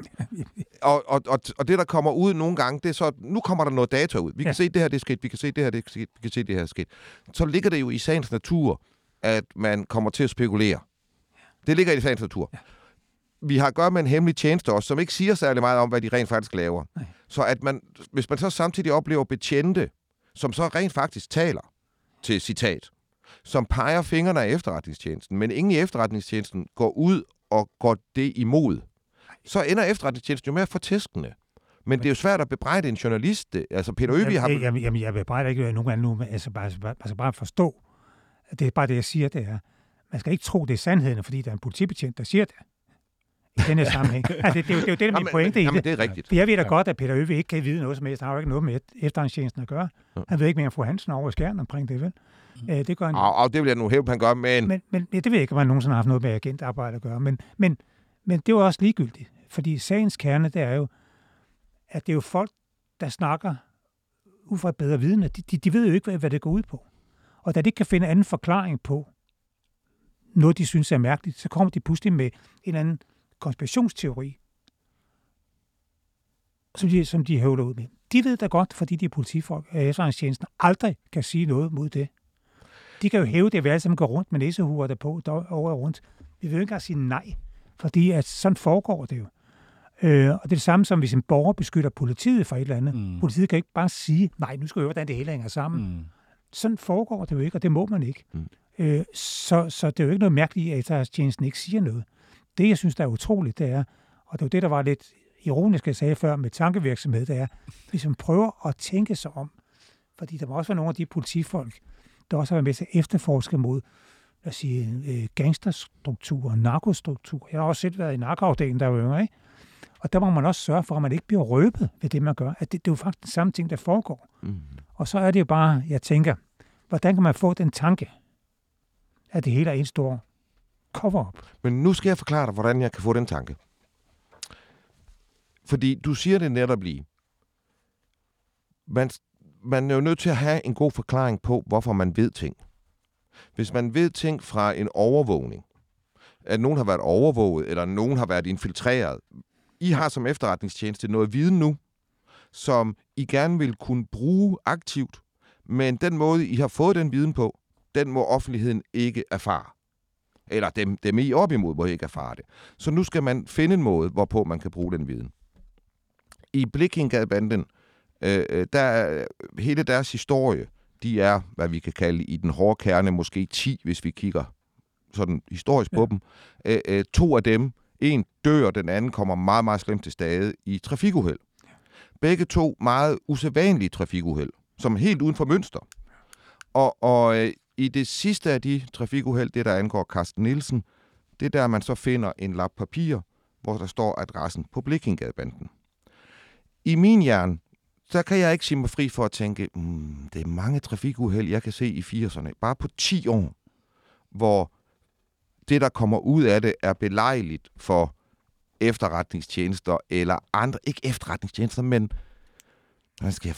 og det, der kommer ud nogle gange, det er så... Nu kommer der noget data ud. Vi kan se, det her det er skidt. Vi kan se, det her det er skidt. Vi kan se, det her er skidt. Så ligger det jo i sagens natur, at man kommer til at spekulere. Det ligger i sagens natur. Ja. Vi har at gøre med en hemmelig tjeneste også, som ikke siger særlig meget om, hvad de rent faktisk laver. Nej. Så at hvis man så samtidig oplever betjente, som så rent faktisk taler til citat, som peger fingrene af efterretningstjenesten, men ingen i efterretningstjenesten går ud og går det imod, så ender efterretningstjenesten jo mere fortæskende. Men det er jo svært at bebrejde en journalist. Altså Peter Øvig har... Jamen, jeg bebrejder ikke nogen anden nu, men altså bare forstå. Det er bare det, jeg siger, det er. Man skal ikke tro, det er sandheden, fordi der er en politibetjent, der siger det. I den her sammenhæng. Altså, det er jo det, der er min pointe i det. Det er rigtigt. For jeg ved da godt, at Peter Øvig ikke kan vide noget som helst. Han har jo ikke noget med efterretningstjenesten at gøre. Han ved ikke mere om fru Hansen over i skærmen omkring det, vel? Det gør han. Og det vil jeg nu hæve, han gør, men det ved jeg ikke, om han nogensinde har haft noget med agentarbejde at gøre. Men det er jo også ligegyldigt. Fordi sagens kerne, det er jo, at det er jo folk, der snakker ud fra bedre viden. De ved jo ikke, hvad det går ud på. Og da de ikke kan finde anden forklaring på noget, de synes er mærkeligt, så kommer de pludselig med en eller anden konspirationsteori, som de høvler ud med. De ved da godt, fordi de er politifolk, at efterretningstjenesten aldrig kan sige noget mod det. De kan jo hæve det, at vi alle sammen går rundt med næsehuer derpå, over og rundt. Vi vil jo ikke engang sige nej, fordi at sådan foregår det jo. Og det er det samme som, hvis en borger beskytter politiet for et eller andet. Politiet kan ikke bare sige, nej, nu skal vi høre, hvordan det hele hænger sammen. Sådan foregår det jo ikke, og det må man ikke. Så det er jo ikke noget mærkeligt, at efterretningstjenesten ikke siger noget. Det, jeg synes, der er utroligt, det er, og det er jo det, der var lidt ironisk, jeg sagde før med tankevirksomhed, det er, hvis man prøver at tænke sig om, fordi der må også være nogle af de politifolk, der også har været med til at efterforske mod, lad os sige, gangsterstruktur, narkostruktur. Jeg har også selv været i narkoafdelingen, der var yngre, ikke? Og der må man også sørge for, at man ikke bliver røbet ved det, man gør. At det er jo faktisk den samme ting, der foregår. Og så er det jo bare, jeg tænker, hvordan kan man få den tanke, at det hele er en stor cover-up? Men nu skal jeg forklare dig, hvordan jeg kan få den tanke. Fordi du siger det netop lige. Man er jo nødt til at have en god forklaring på, hvorfor man ved ting. Hvis man ved ting fra en overvågning, at nogen har været overvåget, eller nogen har været infiltreret. I har som efterretningstjeneste noget viden nu, som I gerne vil kunne bruge aktivt, men den måde, I har fået den viden på, den må offentligheden ikke erfare. Eller dem I op imod, må ikke erfare det. Så nu skal man finde en måde, hvorpå man kan bruge den viden. I Blekingegadebanden, hele deres historie, de er, hvad vi kan kalde i den hårde kerne, måske 10, hvis vi kigger sådan historisk på dem. 2 af dem, en dør, den anden kommer meget, meget slemt til stede i trafikuheld. Begge 2 meget usædvanlige trafikuheld, som er helt uden for mønster. Og i det sidste af de trafikuheld, det der angår Carsten Nielsen, det er der, man så finder en lap papir, hvor der står adressen på Blekingegadebanden. I min hjerne, så kan jeg ikke sige mig fri for at tænke, det er mange trafikuheld, jeg kan se i 80'erne. Bare på 10 år, hvor det, der kommer ud af det, er belejligt for efterretningstjenester eller andre. Ikke efterretningstjenester, men... Hvad skal jeg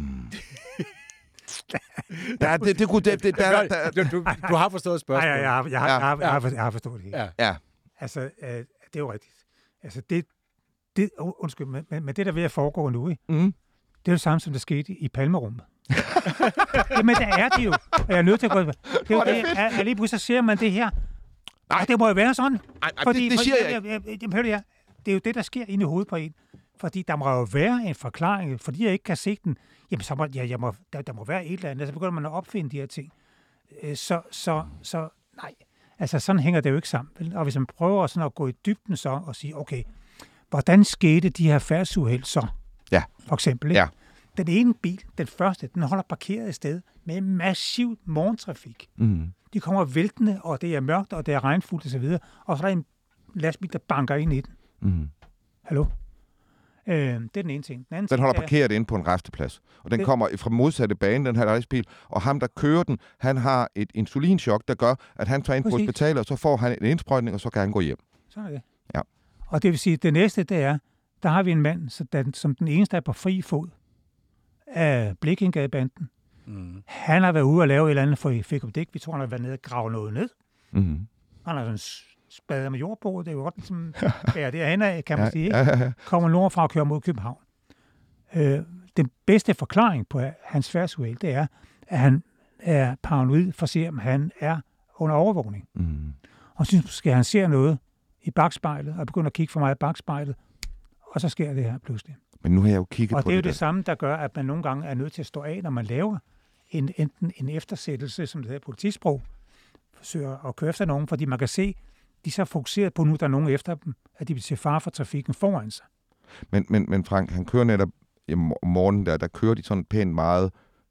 Du har forstået spørgsmålet. Jeg har forstået det hele. Ja. Altså, det er jo rigtigt. Altså, undskyld, men det, der ved at foregå nu, det er jo samme, som der skete i Palmerummet. Jamen, der er det jo. Og jeg er nødt til at gå... Det er jo det, at lige pludselig så ser man det her. Nej, det må jo være sådan. Nej, det siger jeg ikke. Hør det her. Det er jo det, der sker inde i hovedet på en. Fordi der må jo være en forklaring, fordi jeg ikke kan se den. Jamen, så må, der må være et eller andet. Så begynder man at opfinde de her ting. Så nej. Altså, sådan hænger det jo ikke sammen. Vel? Og hvis man prøver sådan at gå i dybden så og sige, okay, hvordan skete de her færdsuheld så? Ja. For eksempel, ikke? Ja. Den ene bil, den første, den holder parkeret et sted med massiv morgentrafik. Mm. De kommer væltende, og det er mørkt, og det er regnfuldt osv., og så er der en lastbil, der banker ind i den. Mm. Hallo? Det er den ene ting. Den anden Den ting holder parkeret inde på en resteplads, og den kommer fra modsatte bane, den her lastbil, og ham, der kører den, han har et insulinchok, der gør, at han tager ind på hospitalet, og så får han en indsprøjtning, og så kan han gå hjem. Sådan er det. Ja. Og det vil sige, at det næste, det er, der har vi en mand, som den eneste er på fri fod af Blekingegadebanden. Mm. Han har været ude og lave et eller andet for Fik Dik. Vi tror, han har været nede og grave noget ned. Mm. Han har sådan spadet med jord på. Det er jo godt ligesom bære derhen af, kan man sige. Ikke? Ja. Kommer nordfra og kører mod København. Den bedste forklaring på hans færdsuheld, det er, at han er paranoid for at se, om han er under overvågning. Mm. Og synes måske, at han ser noget i bagspejlet, og begynder at kigge for meget i bagspejlet, og så sker det her pludselig. Men nu har jeg jo kigget og på det. Og det er jo det det samme, der gør, at man nogle gange er nødt til at stå af, når man laver enten en eftersættelse, som det hedder politisprog, forsøger at køre efter nogen, fordi man kan se, de er så fokuseret på nu, der er nogen efter dem, at de vil se fare for trafikken foran sig. Men Frank, han kører netop om morgenen, der kører de sådan pænt meget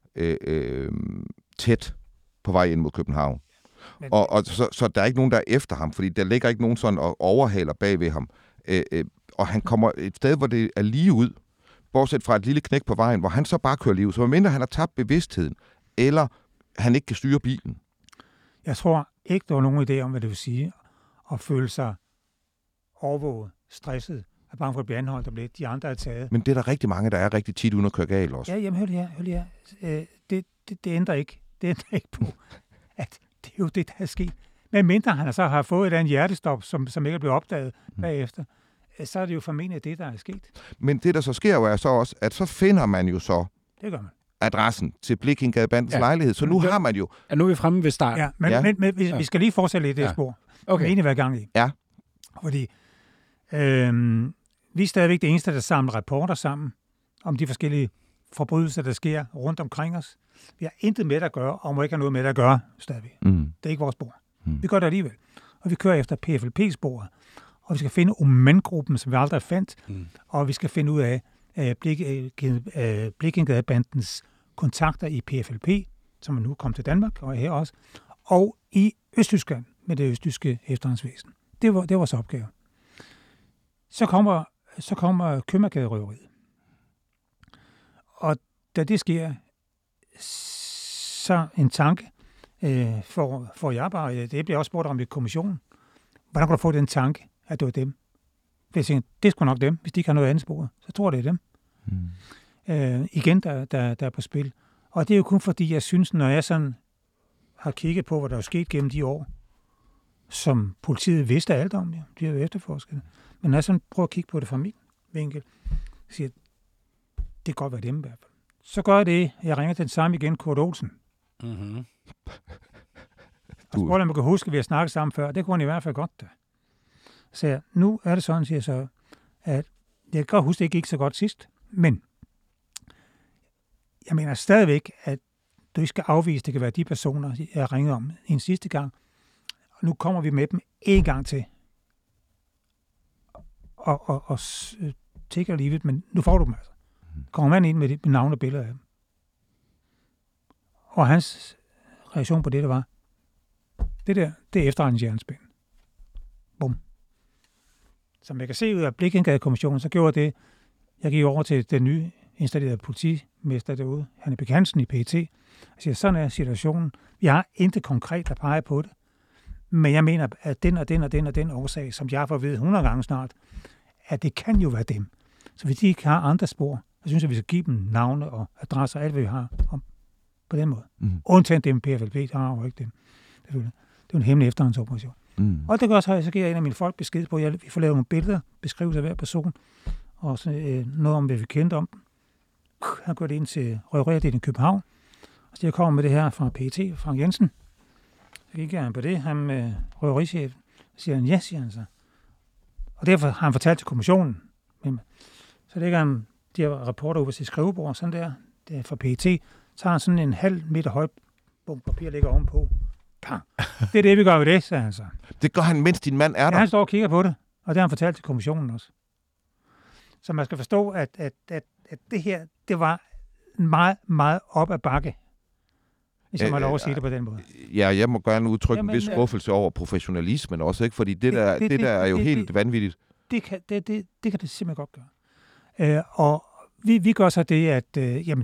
tæt på vej ind mod København. Og så der er ikke nogen, der er efter ham, fordi der ligger ikke nogen sådan og overhaler bag ved ham. Og han kommer et sted, hvor det er lige ud, bortset fra et lille knæk på vejen, hvor han så bare kører lige ud. Så medmindre han har tabt bevidstheden, eller han ikke kan styre bilen. Jeg tror ikke, der var nogen idé om, hvad det vil sige at føle sig overvåget, stresset, at bange for at blive anholdt og blive de andre er taget. Men det er der rigtig mange, der er rigtig tit uden at køre galt også. Ja, jamen hør lige her. Det ændrer ikke. Det ændrer ikke på, at det er jo det, der er sket. Men mindre han så har fået et eller andet hjertestop, som ikke er blevet opdaget bagefter, så er det jo formentlig det, der er sket. Men det, der så sker jo, er så også, at så finder man jo så adressen til Blekingegadebandens lejlighed. Så nu har man jo... Ja, nu er vi fremme ved start. Ja, men vi skal lige fortsætte lidt det spor. Okay. Vi er egentlig været gang i. Ja. Fordi vi er stadigvæk det eneste, der samler rapporter sammen om de forskellige forbrydelser, der sker rundt omkring os. Vi har intet med at gøre, og må ikke have noget med at gøre stadigvæk. Mm. Det er ikke vores spor. Vi gør det alligevel. Og vi kører efter PFLP-sporet. Og vi skal finde Omen-gruppen, som vi aldrig fandt. Og vi skal finde ud af Blekingegadebandens kontakter i PFLP, som nu kom til Danmark, og her også, og i Østtyskland med det østtyske efterretningsvæsen. Det var vores opgave. Så kommer Købmagergaderøveriet. Og da det sker, så en tanke får jeg bare, det bliver også spurgt om i kommissionen. Hvordan kan du få den tanke, at det var dem? Hvis jeg tænker, det er sgu nok dem, hvis de ikke har noget andet spor, så tror jeg, det er dem. Igen, der er på spil. Og det er jo kun fordi, jeg synes, når jeg sådan har kigget på, hvad der er sket gennem de år, som politiet vidste alt om, de har jo efterforsket. Men når jeg sådan prøver at kigge på det fra min vinkel, så siger jeg, det kan godt være dem i hvert fald. Så gør jeg det, jeg ringer til den samme igen, Kurt Olsen. Mm-hmm. Og spurgte, om man kan huske, at vi har snakket sammen før. Det kunne han i hvert fald godt da. Så jeg, nu er det sådan, siger jeg så, at jeg kan godt huske, at det ikke gik så godt sidst, men jeg mener stadigvæk, at du ikke skal afvise, at det kan være de personer, jeg ringer om en sidste gang. Og nu kommer vi med dem en gang til. Og tigger livet, men nu får du dem altså. Kommer man ind med navn og billeder af dem. Og hans reaktion på det, der var, det er efterretningsjernspænd. Bum. Som jeg kan se ud af Blekingegadekommissionen, så gjorde det, jeg gik over til den nye installerede politimester derude, Hanne Bæk Hansen i PET, og siger, sådan er situationen. Vi har intet konkret at pege på det, men jeg mener, at den og den årsag, som jeg får ved 100 gange snart, at det kan jo være dem. Så hvis de ikke har andre spor, så synes jeg, vi skal give dem navne og adresser, alt hvad vi har om på den måde. Undtagen dem PFLP, der har jo ikke dem. Det er jo en hemmelig efterhåndsoperation. Og det gør så giver jeg en af mine folk besked på, at vi får lavet nogle billeder, beskrivelser af hver person, og så, noget om, hvad vi kendte om dem. Han går det ind til røveriet i København, og så jeg kommer med det her fra PET, Frank Jensen. Så gik jeg på det, han med røverichefen, siger han, ja, siger han så. Og derfor har han fortalt til kommissionen. Så Så ligger de her rapporter ude på sit skrivebord, sådan der, det er fra PET, tager han sådan en halv meter høj bunke papir, ligger ovenpå. Pang. Det er det, vi gør ved det, sagde han så. Det gør han, mens din mand er der? Ja, han står og kigger på det, og det har han fortalt til kommissionen også. Så man skal forstå, at det her, det var meget, meget op ad bakke, hvis jeg må lov at sige det på den måde. Ja, jeg må gerne udtrykke en vis skuffelse over professionalismen også, ikke? Fordi det der er jo helt vanvittigt. Det kan det simpelthen godt gøre. Og vi gør så det, at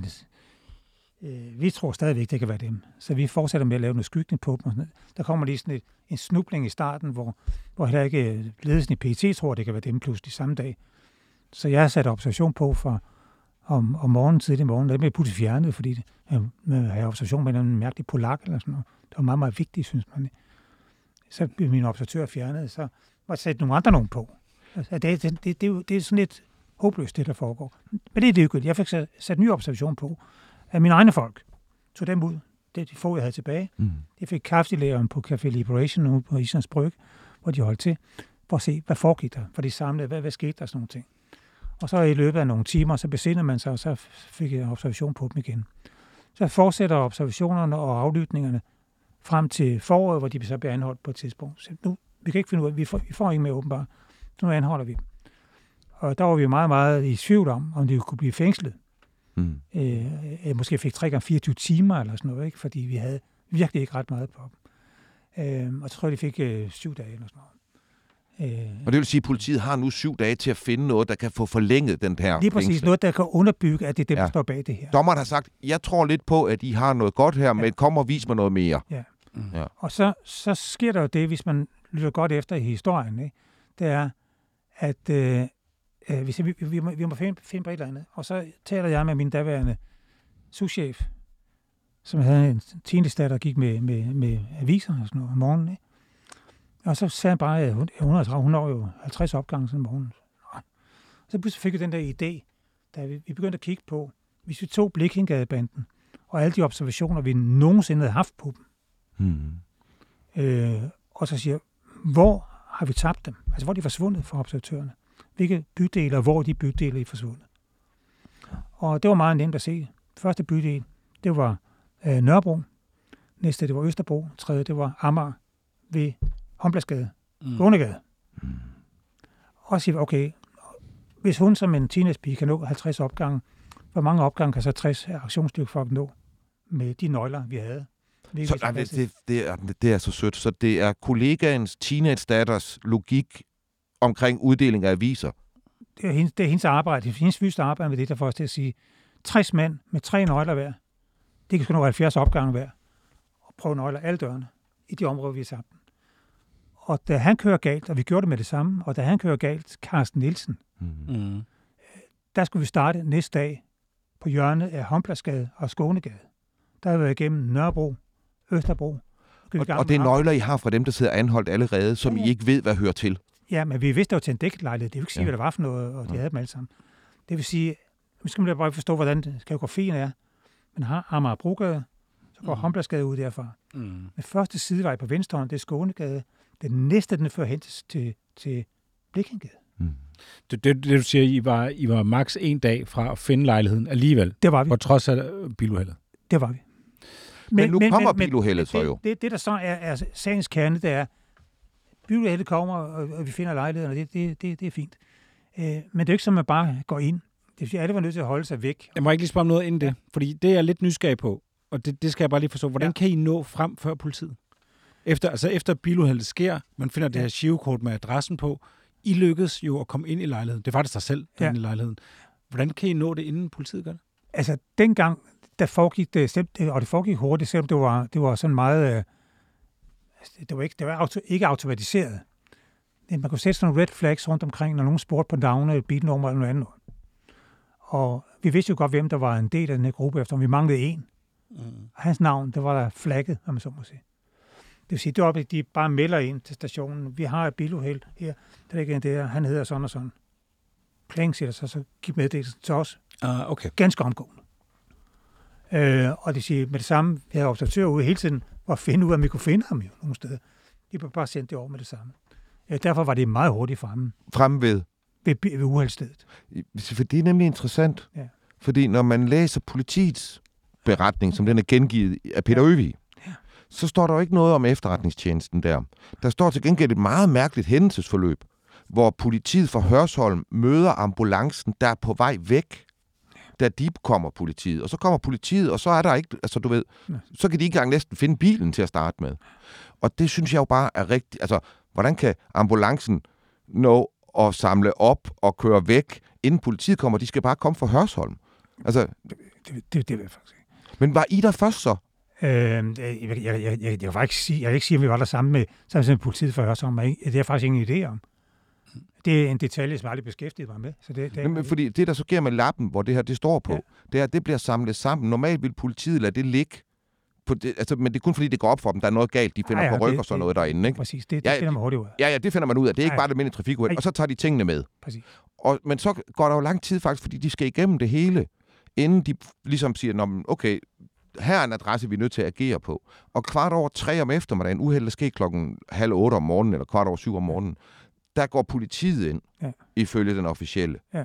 vi tror stadigvæk, det kan være dem. Så vi fortsætter med at lave noget skygning på dem. Der kommer lige sådan en snubling i starten, hvor heller ikke ledelsen i PET tror, det kan være dem pludselig samme dag. Så jeg har sat observation på om morgenen, tidlig morgen. Det blev pludselig fjernet, fordi jeg havde observation med en mærkelig polak eller sådan noget. Det var meget, meget vigtigt, synes man. Så blev min observatør fjernet, så var jeg sat nogle andre på. Altså, det er sådan lidt håbløst, det der foregår. Men det er det jo. Jeg fik sat ny observation på af mine egne folk. Tog dem ud. Det er de få, jeg havde tilbage. Jeg fik kaftelægeren på Café Liberation ude på Islands Brygge, hvor de holdt til, for at se, hvad foregik der. For de samlede, hvad skete der, sådan nogle ting. Og så i løbet af nogle timer, så besindede man sig, og så fik jeg observation på dem igen. Så fortsætter observationerne og aflytningerne frem til foråret, hvor de så bliver anholdt på et tidspunkt. Så nu, vi kan ikke finde ud af, vi får ikke mere åbenbart. Så nu anholder vi dem. Og der var vi meget, meget i tvivl om de kunne blive fængslet. Måske fik 3 gange 24 timer eller sådan noget, ikke? Fordi vi havde virkelig ikke ret meget på dem. Og så tror jeg, de fik 7 dage eller sådan noget. Og det vil sige, at politiet har nu 7 dage til at finde noget, der kan få forlænget den her lige præcis, fængsel. Noget, der kan underbygge, at det er dem, der står bag det her. Dommeren har sagt, jeg tror lidt på, at I har noget godt her, men kom og vis mig noget mere. Ja. Ja. Og så sker der jo det, hvis man lytter godt efter i historien, ikke? Det er, at hvis vi må finde på et eller andet. Og så taler jeg med min daværende souschef, som havde en tjenestedatter, der gik med aviser og sådan noget om morgenen, ikke? Og så sagde han bare, at hun har jo 50 opgange sådan om morgenen. Så pludselig fik vi den der idé, da vi begyndte at kigge på, hvis vi tog Blekingegadebanden, og alle de observationer, vi nogensinde havde haft på dem, og så siger, hvor har vi tabt dem? Altså, hvor er de forsvundet fra observatørerne? Hvilke bydele, og hvor de bydele er forsvundet? Og det var meget nemt at se. Første bydel, det var Nørrebro. Næste, det var Østerbro. Tredje, det var Amager ved Håndbladsgade. Gånegade. Og siger, okay, hvis hun som en teenagepige kan nå 50 opgange, hvor mange opgange kan så 60 aktionsstyrkefolk nå med de nøgler, vi havde? Det er så sødt. Så det er kollegaens teenage-datters logik omkring uddeling af aviser. Det er hendes arbejde. Det er hendes fysiske arbejde med det, der får os til at sige, 60 mænd med 3 nøgler hver, det kan sgu nå 70 opgange hver, og prøve nøgler alle dørene i de områder, vi har sammen. Og da han kører galt, og vi gjorde det med det samme, og da han kører galt, Carsten Nielsen, der skulle vi starte næste dag på hjørnet af Håndbladsgade og Skånegade. Der har vi været igennem Nørrebro, Østerbro. Og det er nøgler, I har fra dem, der sidder anholdt allerede, som I ikke ved, hvad hører til. Ja, men vi vidste jo til en dækketlejlighed. Det vil ikke sige, hvad der var for noget, og de havde dem alle sammen. Det vil sige, nu skal man bare forstå, hvordan geografien er. Man har Amager Brogade, så går Håndbladsgade ud derfra. Den første sidevej på venstre hånd, det er Skånegade. Den næste, den fører hen til Blekinggade. Det du siger, I var maks 1 dag fra at finde lejligheden alligevel. Det var vi. På trods af biluheldet. Det var vi. Men nu kommer biluheldet så jo. Det, der så er sagens kerne, det er, biluheldet kommer, og vi finder lejligheden, og det er fint. Men det er ikke som, man bare går ind. Det vil sige, at alle var nødt til at holde sig væk. Jeg må ikke lige spørge om noget inden det, fordi det er jeg lidt nysgerrig på, og det skal jeg bare lige forstå. Hvordan kan I nå frem før politiet? Efter biluheldet sker, man finder det her girokort med adressen på, I lykkedes jo at komme ind i lejligheden. Det var det sig selv, ind i lejligheden. Hvordan kan I nå det, inden politiet gør det? Altså, dengang, der foregik det, og det foregik hurtigt, selvom det var sådan meget, det var ikke automatiseret. Man kunne sætte sådan nogle red flags rundt omkring, når nogen spurgte på navne, bilnummer eller noget andet. Og vi vidste jo godt, hvem der var en del af den her gruppe, efter vi manglede en. Og hans navn, det var der flagget, om man så må sige. Det vil sige, det var, at de bare melder ind til stationen. Vi har et biluheld her. Der er ikke en der. Han hedder sådan og sådan. Pling siger så giv meddelelsen til os. Okay. Ganske omgående. Og det siger, med det samme, vi havde observatører ude hele tiden, for at finde ud af, om vi kunne finde ham jo nogle steder. De blev bare sendt det over med det samme. Derfor var det meget hurtigt fremme. Fremme ved? ved uheldsstedet. For det er nemlig interessant. Ja. Fordi når man læser politiets beretning, som den er gengivet af Peter Øvig, så står der jo ikke noget om efterretningstjenesten der. Der står til gengæld et meget mærkeligt hændelsesforløb, hvor politiet fra Hørsholm møder ambulancen, der er på vej væk, da de kommer politiet. Og så kommer politiet, og så er der ikke, altså du ved, så kan de ikke engang næsten finde bilen til at starte med. Og det synes jeg jo bare er rigtigt. Altså, hvordan kan ambulancen nå at samle op og køre væk, inden politiet kommer? De skal bare komme fra Hørsholm. Altså, det ved jeg faktisk ikke. Men var I der først så? Jeg kan faktisk ikke sige, om vi var der sammen med politiet for Hørsholm. Det er faktisk ingen idé om. Det er en detalje, som jeg aldrig beskæftiget mig med. Så men fordi det, der så giver med lappen, hvor det her det står på, det er, at det bliver samlet sammen. Normalt vil politiet lade det ligge. Men det er kun fordi, det går op for dem. Der er noget galt. De finder på ryg og sådan noget derinde. Ikke? Præcis, det finder man hurtigt ud af. Ja, det finder man ud af. Det er ikke bare det almindelige trafikuheld. Og så tager de tingene med. Præcis. Men så går der jo lang tid faktisk, fordi de skal igennem det hele, inden de ligesom siger, okay, her er en adresse, vi er nødt til at agere på. Og 3:15 om eftermiddagen, uheldet sker 7:30 om morgenen, eller 7:15 om morgenen, der går politiet ind, ifølge den officielle. Ja.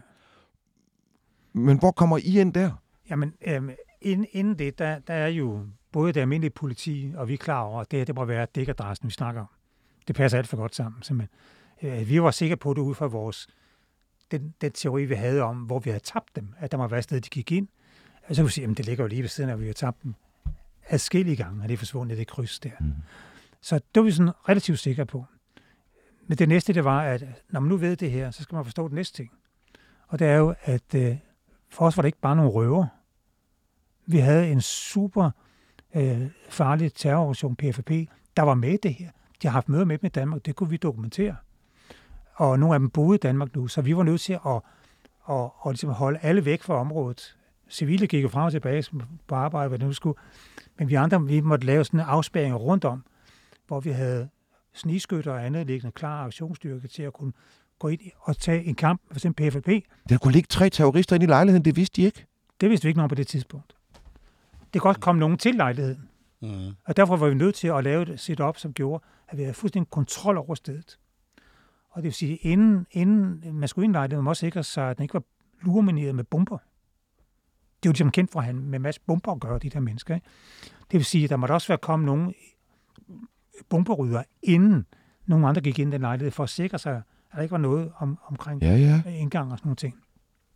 Men hvor kommer I ind der? Jamen, inden det, der er jo både det almindelige politi, og vi er klar over, at det må være dækadressen, vi snakker om. Det passer alt for godt sammen, simpelthen. Vi var sikre på det ud fra den teori, vi havde om, hvor vi havde tabt dem, at der må være et sted, de gik ind. Og så kunne vi sige, at det ligger jo lige ved siden af, at vi har tabt dem adskillige gange, og det er forsvundet i det kryds der. Mm. Så det var vi sådan relativt sikre på. Men det næste, det var, at når man nu ved det her, så skal man forstå det næste ting. Og det er jo, at for os var det ikke bare nogle røver. Vi havde en super farlig terrororganisation, PFP, der var med i det her. De har haft møder med dem i Danmark, det kunne vi dokumentere. Og nogle af dem boede i Danmark nu, så vi var nødt til at ligesom holde alle væk fra området. Civile gik jo frem og tilbage på arbejde, hvad det nu skulle. Men vi måtte lave sådan en afspærring rundt om, hvor vi havde snigskytter og andet liggende klar aktionsstyrke til at kunne gå ind og tage en kamp for eksempel PFLP. Der kunne ligge 3 terrorister ind i lejligheden, det vidste de ikke? Det vidste vi ikke noget på det tidspunkt. Det kan godt komme nogen til lejligheden. Mm. Og derfor var vi nødt til at lave et setup, som gjorde, at vi havde fuldstændig kontrol over stedet. Og det vil sige, inden man skulle ind i lejligheden, man også sikre sig, at den ikke var luremineret med bomber. Det er jo ligesom kendt fra han med en masse bomber at gøre, de der mennesker. Ikke? Det vil sige, at der måtte også være kommet nogle bomberydder, inden nogle andre gik ind i den lejlighed, for at sikre sig, at der ikke var noget omkring indgang og sådan nogle ting.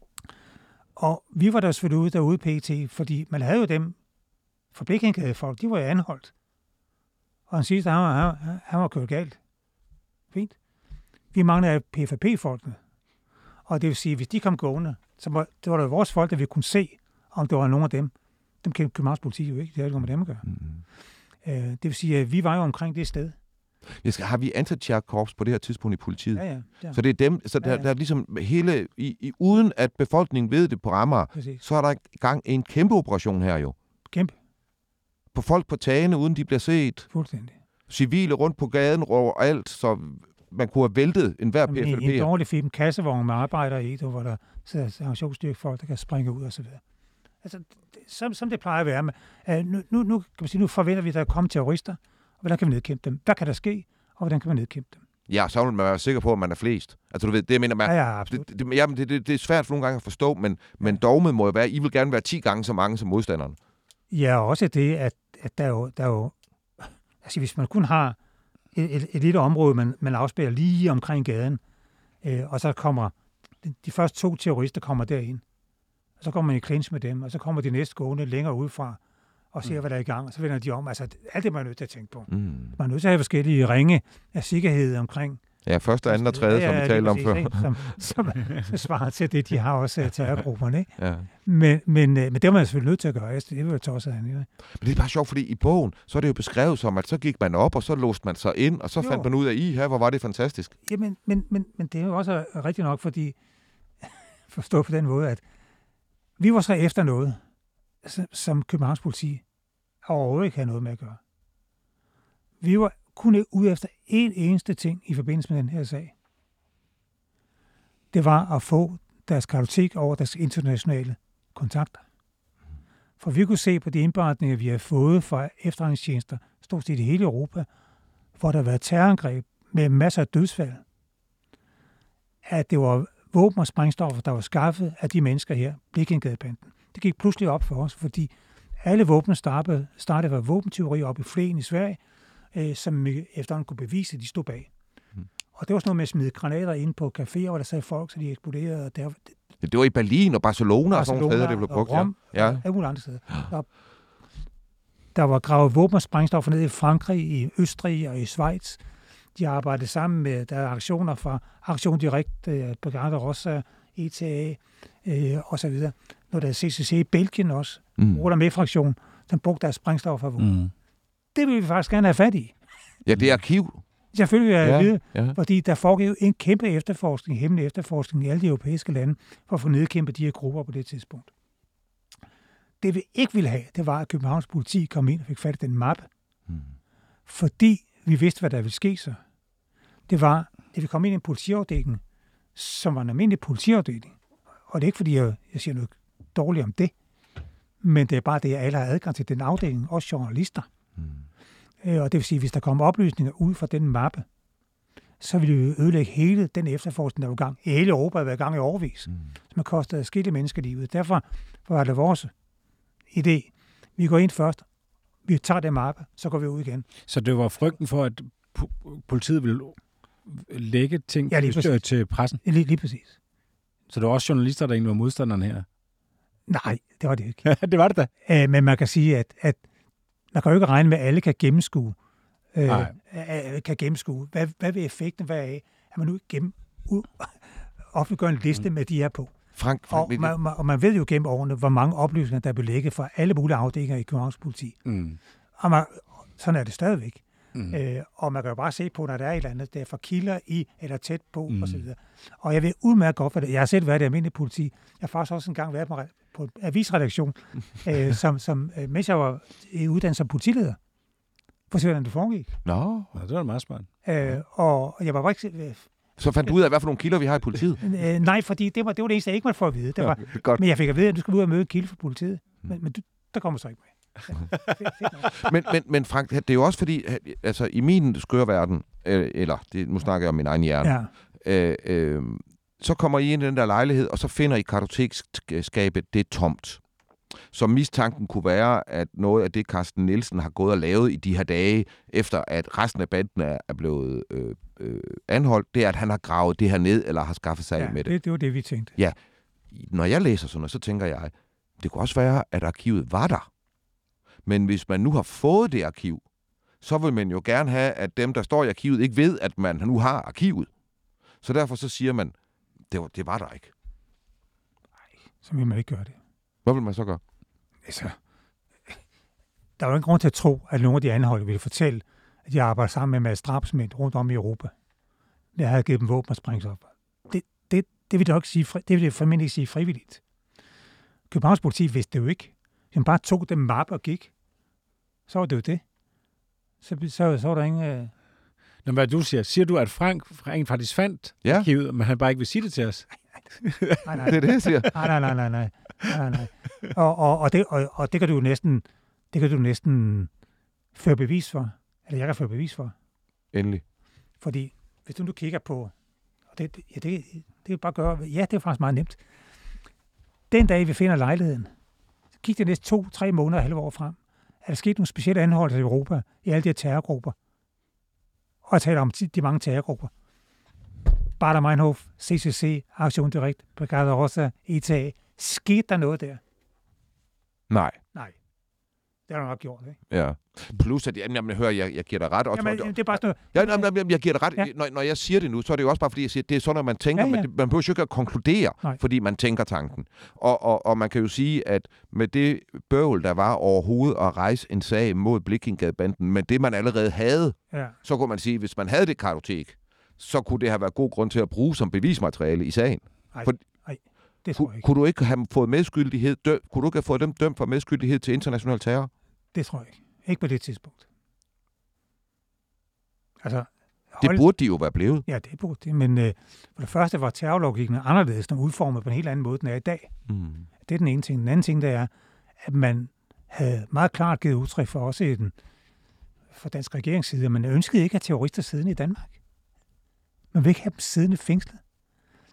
Og vi var der selvfølgelig derude PT, fordi man havde jo dem, for Blikkenkade folk, de var jo anholdt. Og han siger, at han var kørt galt. Fint. Vi manglede PFP-folkene. Og det vil sige, at hvis de kom gående, så var det jo vores folk, der vi kunne se, om det var nogen af dem. Dem kendte Københavns politi jo ikke. Det havde ikke med dem at gøre. Det vil sige, at vi var jo omkring det sted. Har vi anti-terrorkorps på det her tidspunkt i politiet? Ja. Så det er dem, så der er ligesom hele, uden at befolkningen ved det på Amager, så er der i gang en kæmpe operation her jo. Kæmpe. På folk på tagene, uden de bliver set. Fuldstændig. Civile rundt på gaden og alt, så man kunne have væltet enhver PFLP. En dårlig film kassevogn med arbejdere i, hvor der sidder aktionsstyrkefolk, der kan springe ud og så videre. Altså, som det plejer at være. Nu kan man sige, nu forventer vi, at der kommer terrorister, og hvordan kan vi nedkæmpe dem? Hvad kan der ske, og hvordan kan man nedkæmpe dem? Ja, så vil man være sikker på, at man er flest. Altså, du ved, det mener man. Ja, absolut. Det er svært for nogle gange at forstå, men dogmet må jo være, at I vil gerne være 10 gange så mange som modstanderne. Ja, også det, at der er jo altså, hvis man kun har et lille område, man afspærrer lige omkring gaden, og så kommer de første 2 terrorister kommer derind, og så kommer man i clinch med dem, og så kommer de næste gående længere udefra, og ser, hvad der er i gang, og så vender de om. Altså, alt det man er nødt til at tænke på. Man er nødt til at have forskellige ringe af sikkerhed omkring. Ja, første, anden og tredje, som vi talte om før. Som svarer til det, de har også terrorgrupperne. Ja. Men det var man selvfølgelig nødt til at gøre. Det var jo tosset andet. Men det er bare sjovt, fordi i bogen, så er det jo beskrevet som, at så gik man op, og så låste man sig ind, og så fandt man ud af, hvor var det fantastisk. Ja, men det er jo også rigtigt nok, fordi forstå på den måde, at vi var så efter noget, som Københavns politi overhovedet ikke havde noget med at gøre. Vi var kun ude efter en eneste ting i forbindelse med den her sag. Det var at få deres kartotek over deres internationale kontakter. For vi kunne se på de indberetninger, vi har fået fra efterretningstjenester, stort set i hele Europa, hvor der har været terrorangreb med masser af dødsfald, at det var våben og sprængstoffer, der var skaffet af de mennesker her, Blekingegadebanden. Det gik pludselig op for os, fordi alle våben startede med våbentyveri op i Flen i Sverige, som efterhånden kunne bevise, at de stod bag. Og det var sådan noget med at smide granater ind på caféer, hvor der sad folk, så de eksploderede. Det var i Berlin og Barcelona og sådan nogle steder, det blev brugt. Rom, ja. Og alle andre steder. Der var gravet våben og sprængstoffer ned i Frankrig, i Østrig og i Schweiz. De arbejdede sammen med, der er aktioner fra Aktion Direct, Brigade Rossa, ETA og så videre. Når der er CCC i Belgien også, hvor der med fraktion, som brugte deres sprængstoffer for våben. Det vil vi faktisk gerne have fat i. Ja, det er arkiv. Selvfølgelig er jeg vide, fordi der foregik en kæmpe efterforskning, hemmelig efterforskning i alle de europæiske lande, for at få nedkæmpet de her grupper på det tidspunkt. Det vi ikke ville have, det var, at Københavns politi kom ind og fik fat i den mappe. Fordi vi vidste, hvad der ville ske så. Det var, at vi kom ind i en politiafdeling, som var en almindelig politiafdeling. Og det er ikke, fordi jeg siger noget dårligt om det, men det er bare det, at alle har adgang til den afdeling, også journalister. Og det vil sige, at hvis der kommer oplysninger ud fra den mappe, så ville vi ødelægge hele den efterforskning, der var i gang. I hele Europa har været i gang i årevis, som har kostet adskillige mennesker livet. Derfor var det vores idé. Vi går ind først, vi tager den mappe, så går vi ud igen. Så det var frygten for, at politiet ville lægge ting til pressen? Lige præcis. Så det var også journalister, der egentlig var modstanderne her? Nej, det var det ikke. Det var det da. Men man kan sige, at man kan jo ikke regne med, at alle kan gennemskue. Hvad vil effekten være af, at man nu offentliggør en liste med de her på? Og man ved jo gennem årene, hvor mange oplysninger, der er belægget fra alle mulige afdelinger i Københavns politi. Og sådan er det stadigvæk. Og man kan jo bare se på, når der er et eller andet, der er fra kilder i eller tæt på osv. Og jeg vil udmærke godt for det. Jeg har selv været i almindelig politi. Jeg har faktisk også engang været på en avisredaktion, mens jeg var i uddannelse som politileder. For at se, hvordan det foregik. Nå, det var meget smart. Og jeg var ikke... Så fandt du ud af, hvad for nogle kilder vi har i politiet? Nej, fordi det var det eneste, jeg ikke måtte få at vide. Det var, men jeg fik at vide, at du skal ud og møde en kilde for politiet. Men der kommer så ikke med. Men Frank, det er jo også fordi, altså i min skøre verden, nu snakker jeg om min egen hjerne, så kommer I ind i den der lejlighed, og så finder I kartotekskabet, det er tomt. Så mistanken kunne være, at noget af det, Carsten Nielsen har gået og lavet i de her dage, efter at resten af banden er blevet anholdt, det er, at han har gravet det her ned, eller har skaffet sig af med det. Det var det, vi tænkte. Ja, når jeg læser sådan noget, så tænker jeg, det kunne også være, at arkivet var der. Men hvis man nu har fået det arkiv, så vil man jo gerne have, at dem, der står i arkivet, ikke ved, at man nu har arkivet. Så derfor så siger man, det var der ikke. Nej, så vil man ikke gøre det. Hvad vil man så gøre? Altså, der er jo ingen grund til at tro, at nogle af de anholdte ville fortælle, at de arbejder sammen med drabsmænd rundt om i Europa. Jeg havde givet dem våben og sprængstoffer. Det vil det ikke sige, det vil det formentlig ikke sige frivilligt. Københavns politi vidste det jo ikke. De bare tog dem mappe og gik. Så var det jo det. Så var der ingen... Nå, hvad du siger? Siger du, at Frank faktisk fandt arkivet, men han bare ikke vil sige det til os? Nej. Det er det, jeg siger. Nej. Og det kan du næsten føre bevis for. Eller jeg kan føre bevis for. Endelig. Fordi hvis du nu kigger på... Det kan bare gøre... Ja, det er faktisk meget nemt. Den dag, vi finder lejligheden, så gik det næste 2-3 måneder, halve år frem. Er der sket nogle specielle anholdelser i Europa, i alle de her terrorgrupper? Og jeg taler om de mange terrorgrupper. Baader Meinhof, CCC, Aktion Direct, Brigade Rossa, ETA. Skete der noget der? Nej. Det har du nok gjort, ikke? Ja. Plus, at jeg hører, jeg giver dig ret. Det er bare sådan noget. Jeg giver dig ret. Ja. Når jeg siger det nu, så er det jo også bare, fordi jeg siger, det er sådan, når man tænker, man behøver jo ikke at konkludere, fordi man tænker tanken. Og man kan jo sige, at med det bøvl, der var overhovedet at rejse en sag mod Blekingegadebanden, men det man allerede havde, så kunne man sige, hvis man havde det kartotek, så kunne det have været god grund til at bruge som bevismateriale i sagen. Nej, det tror jeg ikke. Kunne du ikke have fået medskyldighed? Kunne du ikke have fået dem dømt for medskyldighed til international terror? Det tror jeg ikke. Ikke på det tidspunkt. Altså, det burde de jo være blevet. Ja, det burde de. Men for det første var terrorlovgivningen anderledes, den udformet på en helt anden måde, den er i dag. Det er den ene ting. Den anden ting, det er, at man havde meget klart givet udtryk for også fra dansk regeringsside, at man ønskede ikke at terrorister siddende i Danmark. Man vil ikke have dem siddende fængslet.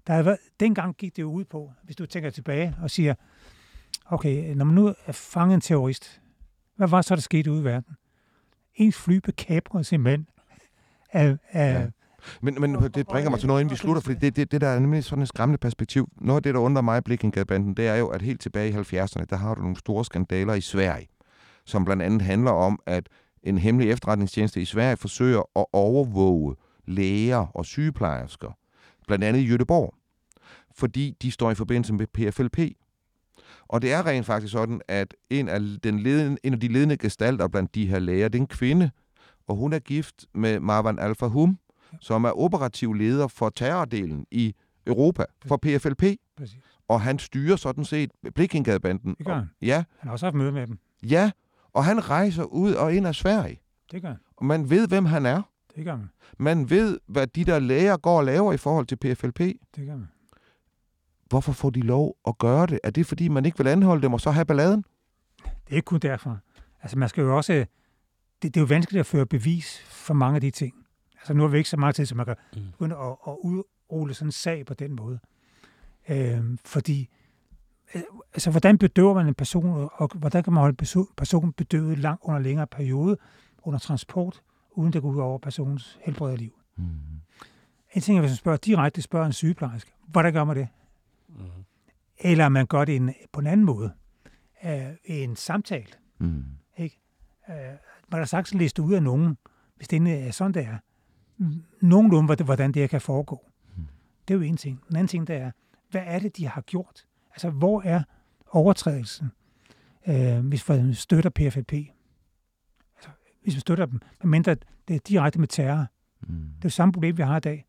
Dengang gik det jo ud på, hvis du tænker tilbage og siger, okay, når man nu er fanget en terrorist, hvad var så, der skete ude i verden? Ens fly bekabrede simpelthen af Men det bringer mig til noget, inden vi slutter, fordi det der er nemlig sådan et skræmmende perspektiv. Noget af det, der undrer mig i Blekingegadebanden, det er jo, at helt tilbage i 70'erne, der har du nogle store skandaler i Sverige, som blandt andet handler om, at en hemmelig efterretningstjeneste i Sverige forsøger at overvåge læger og sygeplejersker, blandt andet i Göteborg, fordi de står i forbindelse med PFLP. Og det er rent faktisk sådan, at en af de ledende gestalter blandt de her læger, det er en kvinde, og hun er gift med Marwan al-Fahum, som er operativ leder for terrordelen i Europa, for PFLP. Præcis. Og han styrer sådan set Blekingegadebanden. Det gør han. Ja. Han har også haft møde med dem. Ja, og han rejser ud og ind af Sverige. Det gør han. Og man ved, hvem han er. Det gør man. Man ved, hvad de der læger går og laver i forhold til PFLP. Det gør man. Hvorfor får de lov at gøre det? Er det, fordi man ikke vil anholde dem og så have balladen? Det er ikke kun derfor. Altså, man skal jo også... Det er jo vanskeligt at føre bevis for mange af de ting. Altså, nu har vi ikke så meget tid, så man kan begynde at udrulle sådan en sag på den måde. Fordi... Altså, hvordan bedøver man en person, og hvordan kan man holde personen bedøvet under længere periode, under transport, uden det går ud over personens helbred og liv? En ting er, hvis man spørger en sygeplejerske, hvordan gør man det? Eller man gør det på en anden måde. En samtale. Ikke? Man har sagt liste ud af nogen, hvis det er sådan, det er. Nogenlunde, hvordan det her kan foregå. Det er jo en ting. En anden ting, det er, hvad er det, de har gjort? Altså, hvor er overtrædelsen, hvis man støtter PFLP? Altså, hvis man støtter dem, medmindre det er direkte med terror. Det er jo samme problem, vi har i dag.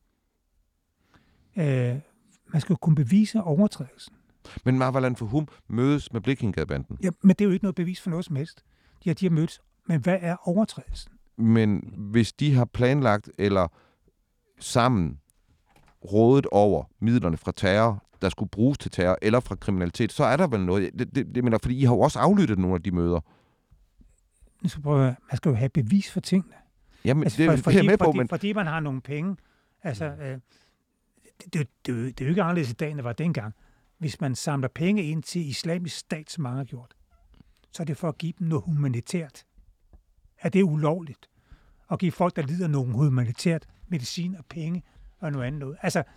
Man skal jo kunne bevise overtrædelsen. Men Marwan al-Fahum mødes med Blekingegadebanden. Ja, men det er jo ikke noget bevis for noget som helst. De har mødtes. Men hvad er overtrædelsen? Men hvis de har planlagt eller sammen rådet over midlerne fra terror, der skulle bruges til terror, eller fra kriminalitet, så er der vel noget. Det mener, fordi I har jo også aflyttet nogle af de møder. Man skal jo have bevis for tingene. Jamen, altså, det er med på, men... Fordi man har nogle penge. Altså, det er jo ikke anderledes i dag, end det var dengang. Hvis man samler penge ind til Islamisk Stat, som mange har gjort, så er det for at give dem noget humanitært. Er det ulovligt? At give folk, der lider noget humanitært, medicin og penge og noget andet noget. Altså,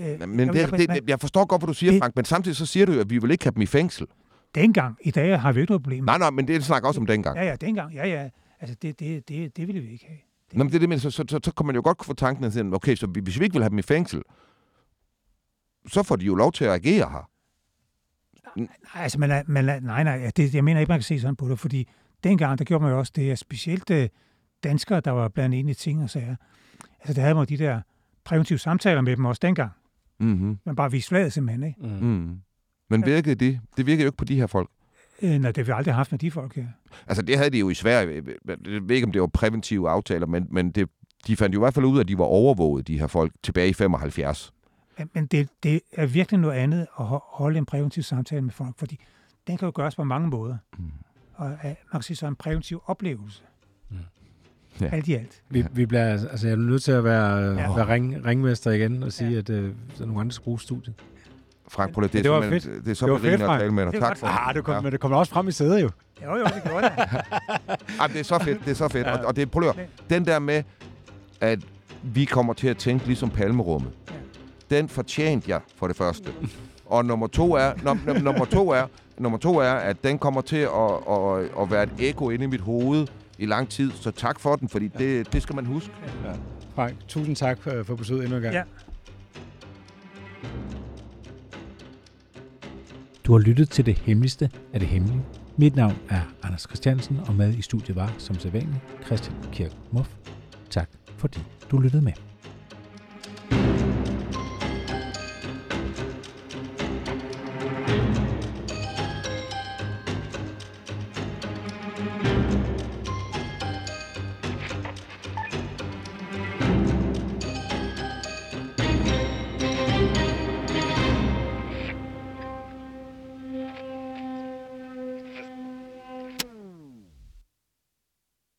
jeg forstår godt, hvad du siger, Frank, men samtidig så siger du jo, at vi vil ikke have dem i fængsel. Dengang. I dag har vi ikke noget problem. Nej, men det snakker også om dengang. Ja, dengang. Ja. Altså, det ville vi ikke have. Nå, men men så kan man jo godt få tanken og sige, okay, så hvis vi ikke vil have dem i fængsel, så får de jo lov til at agere her. Nej, altså, jeg mener ikke, man kan se sådan på det, fordi dengang, der gjorde man jo også det, specielt danskere, der var blandt inde i ting og sager. Altså, der havde man de der præventive samtaler med dem også dengang. Man bare viste fladet simpelthen, ikke? Men virkede det? Det virkede jo ikke på de her folk. Nej, det har vi aldrig haft med de folk her. Altså, det havde de jo i Sverige. Jeg ved ikke, om det var præventive aftaler, men de fandt jo i hvert fald ud af, at de var overvåget, de her folk, tilbage i 75. Men det er virkelig noget andet at holde en præventiv samtale med folk, fordi den kan jo gøres på mange måder. Og man kan sige så en præventiv oplevelse. Ja. Alt i alt. Vi bliver, altså jeg er nødt til at være ringmester igen og sige, at der er nogle andre skrues studie. Frank Polle, det er så berigende at tale med dig. Tak for det. Det kommer også frem i sædet jo. Jo, det gjorde det. Det er så fedt. Ja. Og det prøv at den der med, at vi kommer til at tænke ligesom Palmerummet. Ja. Den fortjente jeg for det første. Og nummer to er, at den kommer til at være et ekko inde i mit hoved i lang tid. Så tak for den, fordi det skal man huske. Ja. Frank, tusind tak for besøget endnu en gang. Ja. Du har lyttet til det hemmeligste af det hemmelige. Mit navn er Anders Christiansen, og med i studiet var, som sædvanligt, Christian Kirk Muff. Tak fordi du lyttede med.